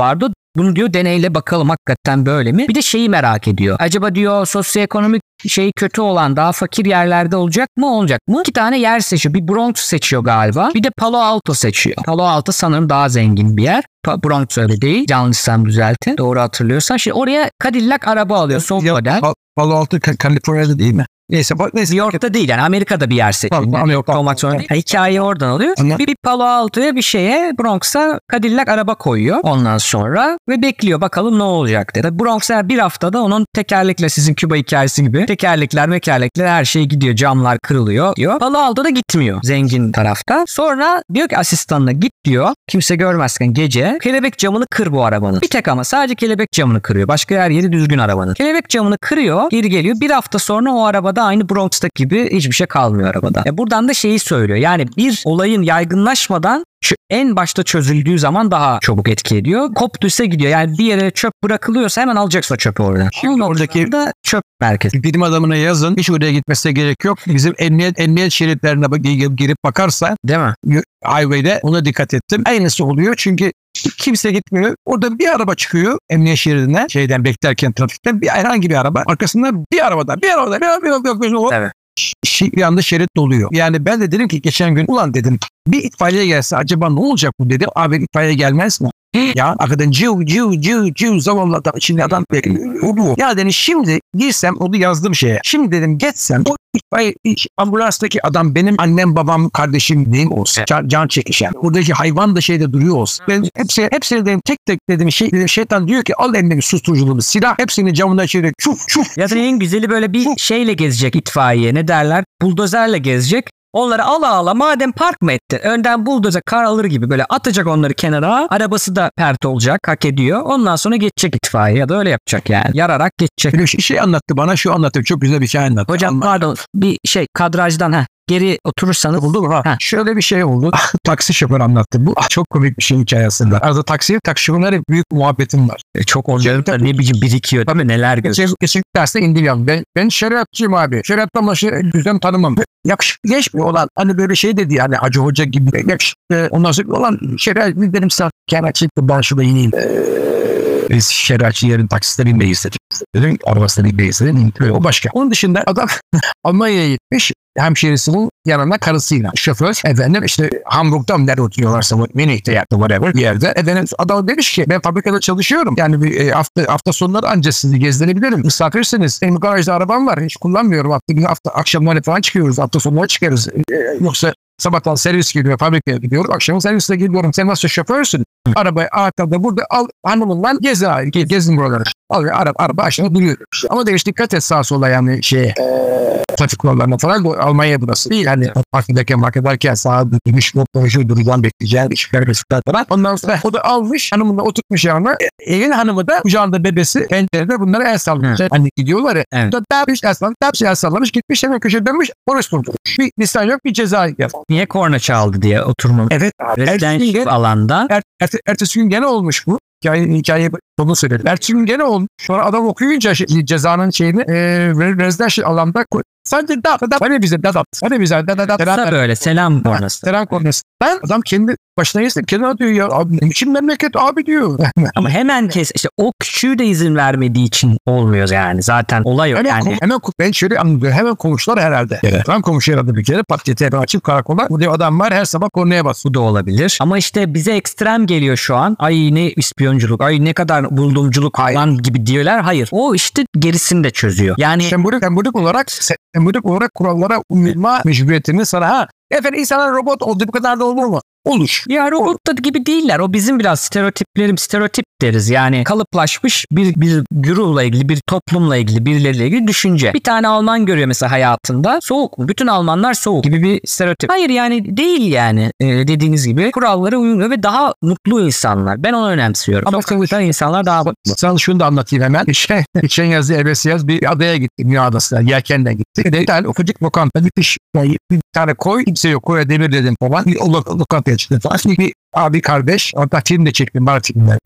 Bunu diyor deneyle bakalım hakikaten böyle mi? Bir de şeyi merak ediyor. Acaba diyor sosyoekonomik şey kötü olan daha fakir yerlerde olacak mı olacak mı? 2 tane yer seçiyor. Bir Bronx seçiyor galiba. Bir de Palo Alto seçiyor. Palo Alto sanırım daha zengin bir yer. Bronx öyle değil. Yanlışsam düzeltin. Doğru hatırlıyorsan. Şimdi oraya Cadillac araba alıyor. Son model. Palo Alto Kaliforniya'da değil mi? Neyse. New York'ta değil yani Amerika'da bir yer seçiyor. Olmak zorunda değil. Hikayeyi oradan alıyor. Bir Palo Alto'ya bir şeye Bronx'a Cadillac araba koyuyor. Ondan sonra ve bekliyor bakalım ne olacak dedi. Bronx'a bir haftada onun tekerlekle sizin Küba hikayesi gibi tekerlekler her şey gidiyor. Camlar kırılıyor diyor. Palo Alto da gitmiyor. Zengin tarafta. Sonra diyor ki asistanına git diyor. Kimse görmezken gece kelebek camını kır bu arabanın. Bir tek ama sadece kelebek camını kırıyor. Başka her yeri düzgün arabanın. Kelebek camını kırıyor. Geri geliyor. Bir hafta sonra o arabada aynı Bronx'taki gibi hiçbir şey kalmıyor arabada. Buradan da şeyi söylüyor. Yani bir olayın yaygınlaşmadan en başta çözüldüğü zaman daha çabuk etki ediyor. Koptuysa gidiyor. Yani bir yere çöp bırakılıyorsa hemen alacaksın o çöpü oradan. Şimdi oradaki da çöp merkezi. Bilim adamına yazın. Hiç oraya gitmesine gerek yok. Bizim emniyet şeritlerine girip bakarsa değil mi? Highway'de ona dikkat ettim. Aynısı oluyor çünkü kimse gitmiyor. Orada bir araba çıkıyor emniyet şeridine. Şeyden beklerken trafikten herhangi bir araba. Arkasından bir araba. Evet. Bir anda şerit doluyor. Yani ben de dedim ki geçen gün ulan dedim bir itfaiye gelse acaba ne olacak bu dedim. Abi itfaiye gelmez mi? Ya arkadan ciu zavallı adam içinde adam bekliyor. Ya dedim şimdi girsem onu yazdım şeye. Şimdi dedim geçsem o itfaiye ambulanstaki adam benim annem babam kardeşim neyim olsun. Can çekişen. Buradaki hayvan da şeyde duruyor olsun. Ben hepsini dedim tek dedim şeytan diyor ki al eline bir susturuculu silah. Hepsini camına çevirerek çuf. Ya da en güzeli böyle bir şeyle gezecek itfaiye ne derler? Buldozerle gezecek. Onları ala madem park mı etti? Önden buldozer kar alır gibi böyle atacak onları kenara. Arabası da pert olacak. Hak ediyor. Ondan sonra geçecek itfaiye ya da öyle yapacak yani. Yararak geçecek. Bir şey anlattı bana şu anlattı. Çok güzel bir şey anlattı. Hocam pardon bir şey kadrajdan geri oturursanız. Oldu mu? Şöyle bir şey oldu. Taksi şoförü anlattı. Bu çok komik bir şey hikayesinde. Arada taksi şoförleri büyük muhabbetim var. Çok onca ne biçim birikiyor değil mi? Neler görüyorsun? Geçen derste indiriyorum. Ben şeriatçıyım abi. Şeriattan başı düzen tanımam. Yakışıklı geçmiyor olan hani böyle şey dedi yani Hacı Hoca gibi yakışıklı ondan sonra olan şeriat dedim sana kenarçılıkla ben şurada ineyim. Biz şeriatçı yerin taksisine binmeyi istedik. Dedim arabasına binmeyi istedim. O başka. Onun dışında adam Almanya'ya gitmiş. Hemşerisinin yanına karısıyla. Şoför efendim işte Hamburg'da mı nerede oturuyorlarsa Münih'te ya da whatever bir yerde. Efendim adam demiş ki ben fabrikada çalışıyorum. Yani bir hafta sonları ancak sizi gezdirebilirim. Misafirsiniz. Benim garajda arabam var. Hiç kullanmıyorum. Hafta akşamları falan çıkıyoruz. Hafta sonları çıkarız. Yoksa sabahtan servis geliyor. Fabrikaya gidiyorum. Akşam servisle gidiyorum. Sen nasıl şoförsün? Arabayı arkada burada al hanımınla gezin buraları. Al araba aşağıda duruyor. Ama demiş dikkat et sağa sola yani trafik kurallarına falan Almanya burası değil. Hani park ederken sağa dönüş noktalışı duracağım bekleyeceğim. Işıklar falan. Ondan sonra o da almış hanımını oturtmuş yanına. Evin hanımı da kucağında bebesi pencerede bunlara el sallamış. Hani gidiyorlar ya. Evet. El sallamış gitmiş hemen köşeye dönmüş polis durdurmuş. Bir lisan yok bir ceza yok. Niye korna çaldı diye oturmam. Evet. Residential alanda. Ertesi gün gene olmuş bu. Hikaye onu söyledi. Ertesi gün gene olmuş. Sonra adam okuyunca cezanın şeyini residential alanda sadece hadi bize böyle selam kornası. Selam kornası. Adam kendi başına yesin. Kendi atıyor ya. Abi için memleket abi diyor. Ama hemen işte o küçüğü de izin vermediği için olmuyor yani. Zaten olay yok yani. Hemen ben şöyle anlıyorum. Hemen komşular herhalde. Evet. Tam komşu herhalde bir kere patlete açıp karakola. Burada adam var her sabah kornaya bas. Bu da olabilir. Ama işte bize ekstrem geliyor şu an. Ay ne ispiyonculuk. Ay ne kadar buldumculuk falan gibi diyorlar. Hayır. O işte gerisini de çözüyor. Yani sembolik olarak kurallara uyma mecburiyetini sana efendim insanlar robot oldu bu kadar da olur mu? Olur. Ya robot da gibi değiller. O bizim biraz stereotip deriz. Yani kalıplaşmış bir güruhla ilgili, bir toplumla ilgili, birileriyle ilgili düşünce. Bir tane Alman görüyor mesela hayatında. Soğuk mu? Bütün Almanlar soğuk gibi bir stereotip. Hayır yani değil yani. Dediğiniz gibi kurallara uyuyor ve daha mutlu insanlar. Ben onu önemsiyorum. Ama sokakta insanlar daha mutlu. Sana şunu da anlatayım hemen. Geçen yazı evvelsi bir adaya gittim. Dünya adasına. Yelkenle gittik. Bir tane ufacık lokanta. Bir tane koy. Kimse yok. Koya demir dedim falan. Bir lokanta çıktı. Bir abi kardeş. Hatta film de çektim. Bana filmler.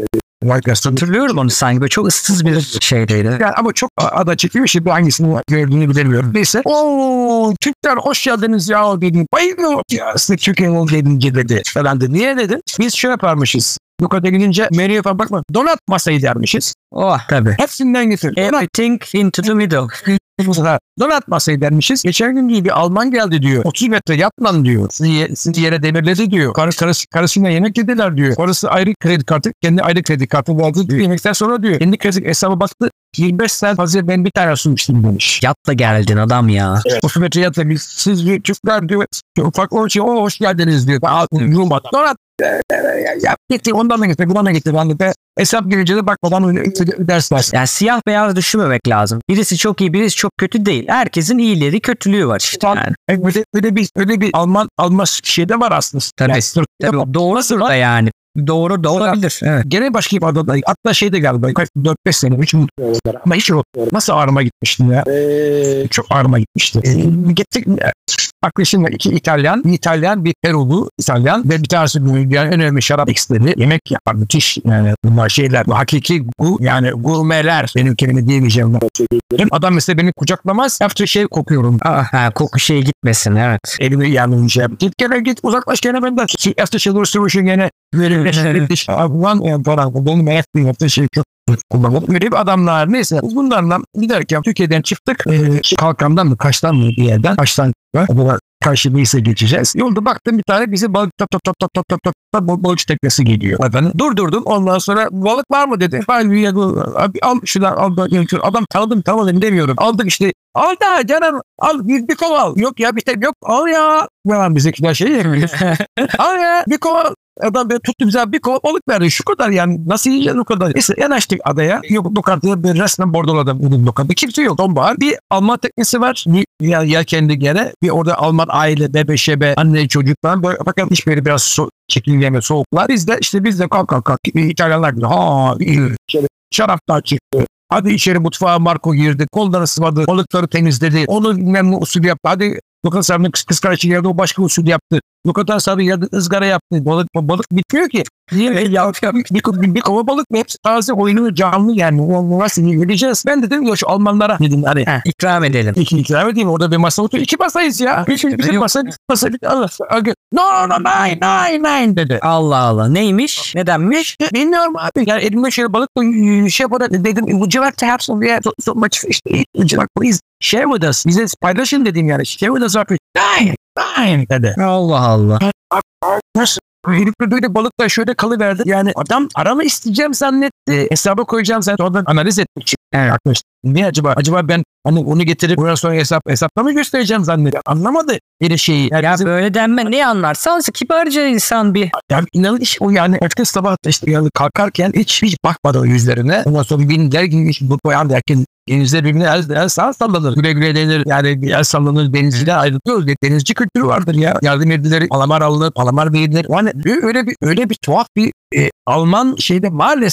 Hatırlıyorum onu sanki. Böyle çok ıssız bir şeydeydi. Yani ama çok ada çekiyor. Şimdi hangisini gördüğünü bilemiyorum. Neyse. Ooo Türkler hoş geldiniz ya dedim. Bayılıyor ya. Size Türkiye'nin gelince dedi. Falan dedi. Niye dedim? Biz şöyle yaparmışız. Lokata gidince menüye falan bakma. Donat masayı dermişiz. Oh tabii. Hepsinden getir. Everything into the middle. Donat masayı dermişiz. Geçen gün bir Alman geldi diyor. 30 metre yat lan diyor. Sizi yere demirledi diyor. Karısıyla yemek yediler diyor. Karısı ayrı kredi kartı. Kendi ayrı kredi kartı vardı diyor. Yemekten sonra diyor. Kendi kredi hesabı baktı. 25 saat fazla ben bir tane sunmuştum demiş. Yatla geldin adam ya. Evet. 30 metre yatla biz. Siz Türkler diyor. Ufak onun için hoş geldiniz diyor. Ruma'da. Donat ya gitti ondan da gitti bundan da gitti ben de hesap gelince de bakmadan ders versin. Yani siyah beyaz düşünmemek lazım. Birisi çok iyi birisi çok kötü değil. Herkesin iyileri kötülüğü var işte. Yani. Öyle bir Alman şey de var aslında. Tabii. Yani, tabii. Doğrudur da yani. Doğru da olabilir. Evet. Gene başka bir adada. Hatta şey de galiba 4-5 sene hiç ama hiç yok. Nasıl ağrıma gitmiştim ya. Çok ağrıma gitmişti. Gittik arkadaşımla iki İtalyan, bir Perulu İtalyan ve bir tanesi yani en önemli şarap ekstleri yemek yapar. Müthiş yani bunlar şeyler. Bu hakiki yani gurmeler. Benim kelime diyemeyeceğim. Adam mesela beni kucaklamaz. Yaptığı şey kokuyorum. Koku şey gitmesin evet. Elimi yanılınca. Git uzaklaş gene benden. After Sugar Solution gene böyle bir adamlar neyse bunlarla giderken Türkiye'den çıktık Kalkan'dan mı Kaş'tan mı bir yerden Kaş'tan karşı neyse geçeceğiz. Yolda baktım bir tane bize balık balıkçı teknesi geliyor. Efendim durdurdum ondan sonra balık var mı dedi. Abi al şuradan al. Adam tanıdım demiyorum. Aldık işte. Al da canım al bir kova al. Yok ya bir tek yok al ya. Ben bizimkiler şey yemiyor. Al ya bir kova. Adam böyle tuttu bize bir kova balık verdi. Şu kadar yani. Nasıl yiyeceğiz o kadar? Neyse yanaştık adaya. Yok lokantaya bir resmen bordoladım. Lokanta kimse yok. Sonbahar. Bir Alman teknesi var. Yelkenli gene. Bir orada Alman aile, bebe, şebe, anne, çocuklar. Fakat hiçbiri biraz çekilgen ve soğuklar. Biz de kalk. İtalyanlar gibi. Şaraplar çıktı. Hadi içeri mutfağa Marco girdi. Kolları sıvadı. Balıkları temizledi. Onu bilmem usul yaptı. Hadi lokanta sarını kız kardeşi geldi. O başka usul yaptı. Lokanta sarı geldi. Izgara yaptı. Balık bitmiyor ki. Bir kova balık mı? Hepsi taze oyunu canlı yani. O nasıl yiyeceğiz? Ben de dedim ya şu Almanlara dedim hani. İkram edelim. İkram edeyim. Orada bir masa oturuyor. 2 masayız ya. Bir masa. No dedi. Allah. Neymiş? Nedenmiş? Bilmiyorum abi. Yani elimde şöyle balık şey yapar dedim. Would you like to have some so much fish to eat? Would you like please share with us? Bize paylaşın dedim yani. Share with us after. Nine dedi. Allah. Nasıl? Herifle böyle balıkla şöyle kalıverdi. Yani adam aramı isteyeceğim zannetti. Hesaba koyacağım zannetti. Oradan analiz ettik. Yani arkadaşlar ne acaba? Acaba ben hani onu getirip buraya sonra hesapta mı göstereceğim zannetti. Anlamadı bir şeyi. Yani ya böyle denme ne anlarsa kibarca insan bir. Yani inanın iş o yani. Erken sabah işte yani kalkarken hiç bakmadı yüzlerine. Ondan sonra binler gibi bu koyan derken denizde birbirine el sallanır. Güle denir. Yani el sallanır. Denizciler ayrılıyor. Denizci kültürü vardır ya. Yardım edilir. Palamar verilir. Yani öyle bir tuhaf bir Alman şeyde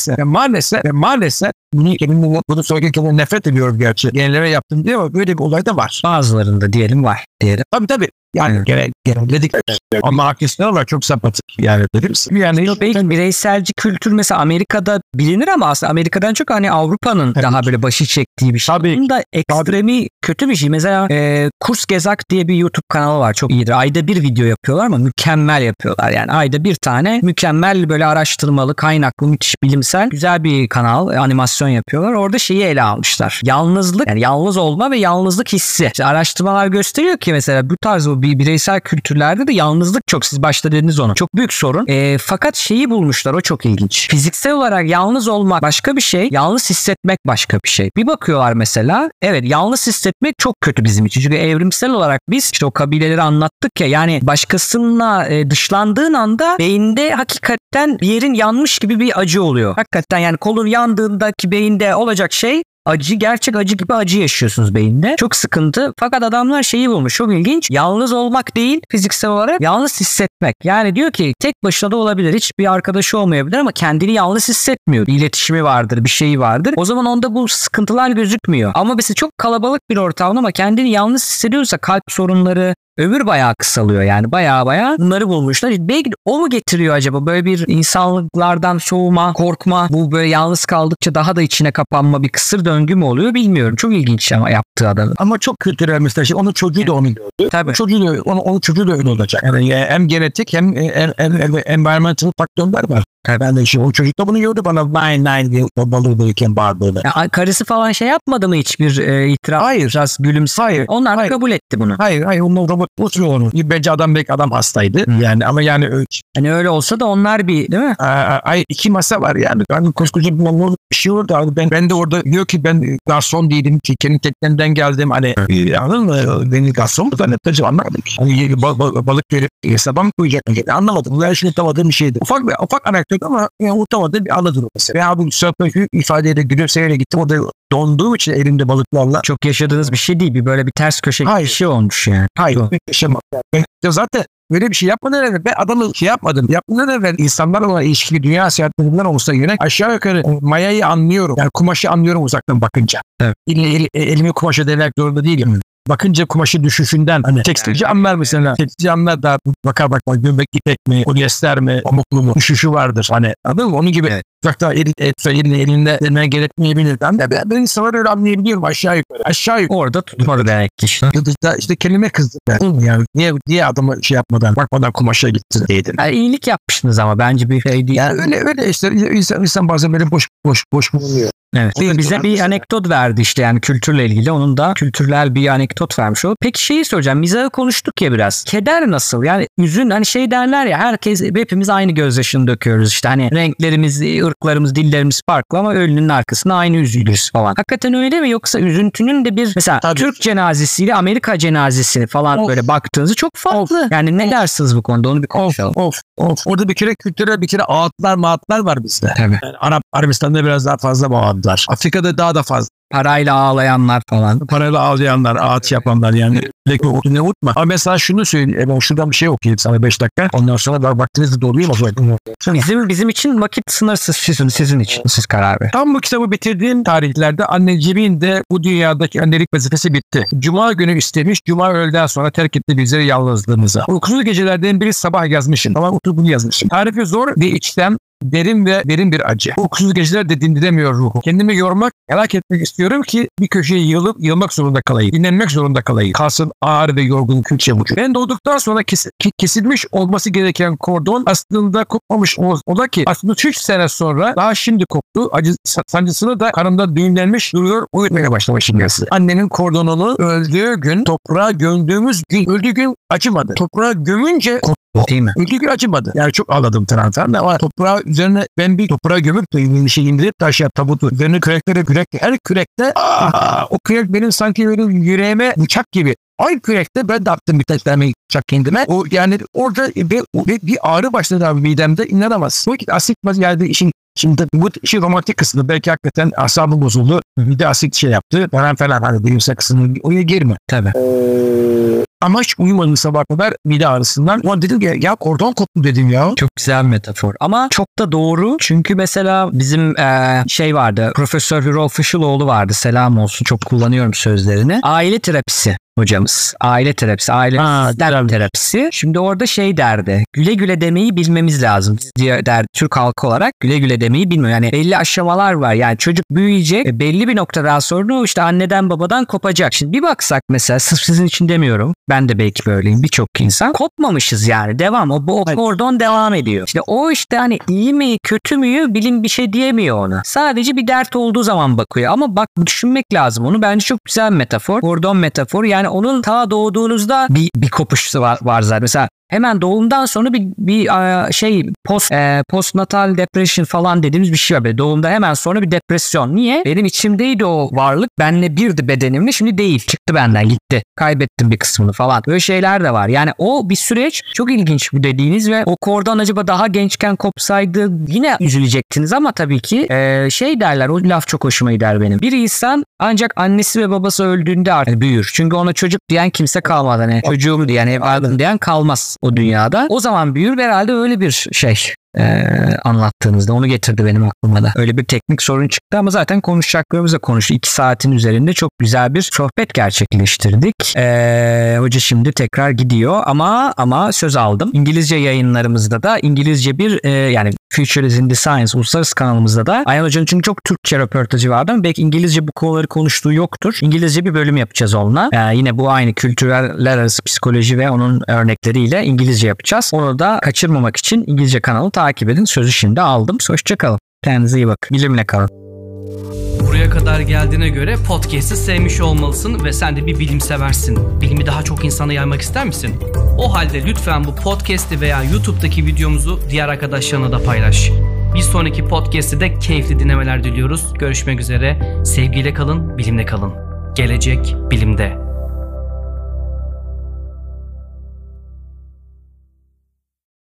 maalesef bunu söylerken nefret ediyorum gerçi. Genelleme yaptım diye ama böyle bir olay da var. Bazılarında diyelim var. Tabii. Yani genelledik. Ama hakikaten var çok sempatik. Yani dedim yani belki bireyselci kültür mesela Amerika'da bilinir ama aslında Amerika'dan çok hani Avrupa'nın daha böyle başı çektiği bir şey. Bunun da ekstremi kötü bir şey. Mesela Kurzgesagt diye bir YouTube kanalı var. Çok iyidir. Ayda bir video yapıyorlar ama mükemmel yapıyorlar. Yani ayda bir tane mükemmel böyle araştırmalı, kaynaklı, müthiş bilimsel güzel bir kanal. Animasyon yapıyorlar. Orada şeyi ele almışlar. Yalnızlık yani yalnız olma ve yalnızlık hissi. İşte araştırmalar gösteriyor ki mesela bu tarz o bireysel kültürlerde de yalnızlık çok. Siz başta dediniz onu. Çok büyük sorun. Fakat şeyi bulmuşlar. O çok ilginç. Fiziksel olarak yalnız olmak başka bir şey. Yalnız hissetmek başka bir şey. Bir bakıyorlar mesela. Evet yalnız hissetmek çok kötü bizim için. Çünkü evrimsel olarak biz işte o kabileleri anlattık ya. Yani başkasına dışlandığın anda beyinde hakikaten bir yerin yanmış gibi bir acı oluyor. Hakikaten yani kolun yandığındaki beyinde olacak şey acı, gerçek acı gibi acı yaşıyorsunuz beyinde. Çok sıkıntı. Fakat adamlar şeyi bulmuş. Çok ilginç. Yalnız olmak değil fiziksel olarak yalnız hissetmek. Yani diyor ki tek başına da olabilir. Hiçbir arkadaşı olmayabilir ama kendini yalnız hissetmiyor. Bir iletişimi vardır, bir şeyi vardır. O zaman onda bu sıkıntılar gözükmüyor. Ama mesela çok kalabalık bir ortam ama kendini yalnız hissediyorsa kalp sorunları, Ömür bayağı kısalıyor yani bayağı bunları bulmuşlar. Belki o mu getiriyor acaba böyle bir insanlıklardan soğuma, korkma, bu böyle yalnız kaldıkça daha da içine kapanma bir kısır döngü mü oluyor bilmiyorum. Çok ilginç ama yaptığı adam. Ama çok kültürel mesela şey. Onun çocuğu da onu gördü. Tabii. Onun çocuğu da öyle olacak. Yani hem genetik hem environmental faktörler var. Ben de o çocuk da bunu gördü bana nine diye balığı bölürken bağırdığını. Karısı falan şey yapmadı mı hiçbir itiraf? Hayır. Biraz gülümse. Hayır. Onlar kabul etti bunu. Hayır. Onlar robot oturuyor onu. Bence adam hastaydı. Yani ama yani hani öyle olsa da onlar bir değil mi? İki masa var yani. Ben koskoca bir şey oldu abi. Ben de orada diyor ki ben garson değilim ki kendi teknemden geldim. Hani anladın mı? Beni garson zannedeceğim anlamadım. Hani balık verip hesaba mı koyacak mı? Anlamadım. Bu her şeyi tamadığım bir şeydi. Ufak anekdot ama unutamadığım bir anıdır mesela. Ve abi sörfü ifadeyle gülümseyle gittim. Orada donduğum için elimde balıklarla. Çok yaşadığınız bir şey değil. Bir böyle bir ters köşe bir şey olmuş yani. Hayır. Yaşamam. Ben zaten böyle bir şey yapmadan evvel ben adamı şey yapmadım. Yapmadan evvel insanlarla ilişkili dünya seyahatlerinden olsa yine aşağı yukarı mayayı anlıyorum. Yani kumaşı anlıyorum uzaktan bakınca. Evet. Elimi kumaşa denemek zorunda değilim. Bakınca kumaşı düşüşünden hani tekstilci anlar mesela. Tekstilci anlar da bakar gömlek ipek mi, polyester mi, pamuklu mu düşüşü vardır. Hani anladın mı? Onun gibi uzakta elinde demeye gerekmeyebilir. Ben insanları öyle anlayabiliyorum aşağı yukarı. Orada tutmadı demek ki işte. İşte kelime kızdı. Yani niye adamı şey yapmadan bakmadan kumaşa gitti deydin. Yani iyilik yapmışsınız ama bence bir şey değil. Yani öyle işte insan bazen böyle boş bulunuyor. Evet. Bize bir anekdot verdi işte yani kültürle ilgili. Onun da kültürel bir anekdot vermiş o. Peki şeyi soracağım. Mizahı konuştuk ya biraz. Keder nasıl? Yani üzün hani şey derler ya hepimiz aynı gözyaşını döküyoruz işte hani renklerimiz, ırklarımız, dillerimiz farklı ama ölünün arkasında aynı üzülürüz falan. Hakikaten öyle mi yoksa üzüntünün de bir mesela Türk cenazesiyle Amerika cenazesini falan böyle baktığınızda çok farklı. Yani ne dersiniz bu konuda onu bir konuşalım. Orada bir kere kültürel bir kere ağıtlar var bizde. Tabii. Yani Arabistan'da biraz daha fazla bağlılar. Afrika'da daha da fazla. Parayla ağlayanlar falan. Parayla ağlayanlar, ağaç yapanlar yani. Ne unutma. Ama mesela şunu söyleyeyim. Ben şuradan bir şey okuyayım sana 5 dakika. Ondan sonra vaktinizi doldurayım. Bizim için vakit sınırsız sizin için. Siz karar verin. Tam bu kitabı bitirdiğim tarihlerde anneciğimin de bu dünyadaki annelik vazifesi bitti. Cuma günü istemiş. Cuma öğleden sonra terk etti bizleri yalnızlığımıza. Uykusuz gecelerden biri sabah yazmışım. Ama bunu yazmışım. Tarifi zor ve içten derin bir acı. Uykusuz geceler de dindiremiyor ruhu. Kendimi yormak, merak etmek istiyorum ki bir köşeye yığılmak zorunda kalayım. Dinlenmek zorunda kalayım. Kalsın ağır ve yorgun külçe vücut. Ben doğduktan sonra kesilmiş olması gereken kordon aslında kopmamış ola ki aslında 3 sene sonra daha şimdi koptu. Acı sancısını da karnımda düğümlenmiş duruyor. Uyutmaya başlamışım yazı. Annenin kordonunu öldüğü gün toprağa gömdüğümüz gün öldüğü gün acımadı. Toprağa gömünce değil mi? Öldüğü gün acımadı. Yani çok ağladım taraftan ama toprağa üzerine ben bir toprağa gömüp de bir şey indirip taşıya tabutu üzerine kürek her kürekte o kürek benim sanki benim yüreğime bıçak gibi. Aynı kürekte ben de attım birkaç tane bıçak kendime. O yani orada bir ağrı başladı abi midemde inanamaz. Bu asit geldi işin. Şimdi bu işin romantik kısmı belki hakikaten asabım bozuldu. Bir de asit şey yaptı. Falan hani bilimsel kısmı oraya girme. Tabii. Ama hiç uyumadım sabah kadar mide ağrısından. Ama dedim ki ya kordon koptu dedim ya. Çok güzel bir metafor. Ama çok da doğru. Çünkü mesela bizim şey vardı. Profesör Hürol Fışıloğlu vardı. Selam olsun. Çok kullanıyorum sözlerini. Aile terapisi hocamız. Aile terapisi. Aile terapisi. Şimdi orada şey derdi. Güle güle demeyi bilmemiz lazım. Diye der Türk halkı olarak güle güle demeyi bilmiyor. Yani belli aşamalar var. Yani çocuk büyüyecek. Belli bir noktadan sonra o işte anneden babadan kopacak. Şimdi bir baksak mesela sırf sizin için demiyorum. Ben de belki böyleyim. Birçok insan. Kopmamışız yani. Devam. O kordon devam ediyor. İşte o işte hani iyi mi kötü mü bilim bir şey diyemiyor ona. Sadece bir dert olduğu zaman bakıyor. Ama bak düşünmek lazım onu. Bence çok güzel bir metafor. Kordon metafor. Yani onun ta doğduğunuzda bir kopuş var zaten. Mesela hemen doğumdan sonra bir şey postnatal depression falan dediğimiz bir şey var. Doğumda hemen sonra bir depresyon. Niye? Benim içimdeydi o varlık. Benle birdi bedenimle. Şimdi değil. Çıktı benden gitti. Kaybettim bir kısmını falan. Böyle şeyler de var. Yani o bir süreç. Çok ilginç bu dediğiniz ve o kordon acaba daha gençken kopsaydı yine üzülecektiniz ama tabii ki şey derler. O laf çok hoşuma gider benim. Bir insan ancak annesi ve babası öldüğünde artık büyür. çünkü ona çocuk diyen kimse kalmadı. Hani çocuğum diyen, evladım diyen kalmaz o dünyada. O zaman büyür ve herhalde öyle bir şey. anlattığınızda. Onu getirdi benim aklıma da. Öyle bir teknik sorun çıktı ama zaten konuşacaklarımızla konuştuk. 2 saatin üzerinde çok güzel bir sohbet gerçekleştirdik. Hoca şimdi tekrar gidiyor ama söz aldım. İngilizce yayınlarımızda da İngilizce bir yani Future is in the Science uluslararası kanalımızda da Ayhan Hoca'nın çünkü çok Türkçe röportajı vardı ama belki İngilizce bu konuları konuştuğu yoktur. İngilizce bir bölüm yapacağız onunla. Yine bu aynı kültürler arası psikoloji ve onun örnekleriyle İngilizce yapacağız. Onu da kaçırmamak için İngilizce kanalı takip edin. Sözü şimdi aldım. Hoşçakalın. Kendinize iyi bakın. Bilimle kalın. Buraya kadar geldiğine göre podcast'ı sevmiş olmalısın ve sen de bir bilim seversin. Bilimi daha çok insana yaymak ister misin? O halde lütfen bu podcast'i veya YouTube'daki videomuzu diğer arkadaşlarına da paylaş. Bir sonraki podcast'te de keyifli dinlemeler diliyoruz. Görüşmek üzere. Sevgiyle kalın, bilimle kalın. Gelecek bilimde.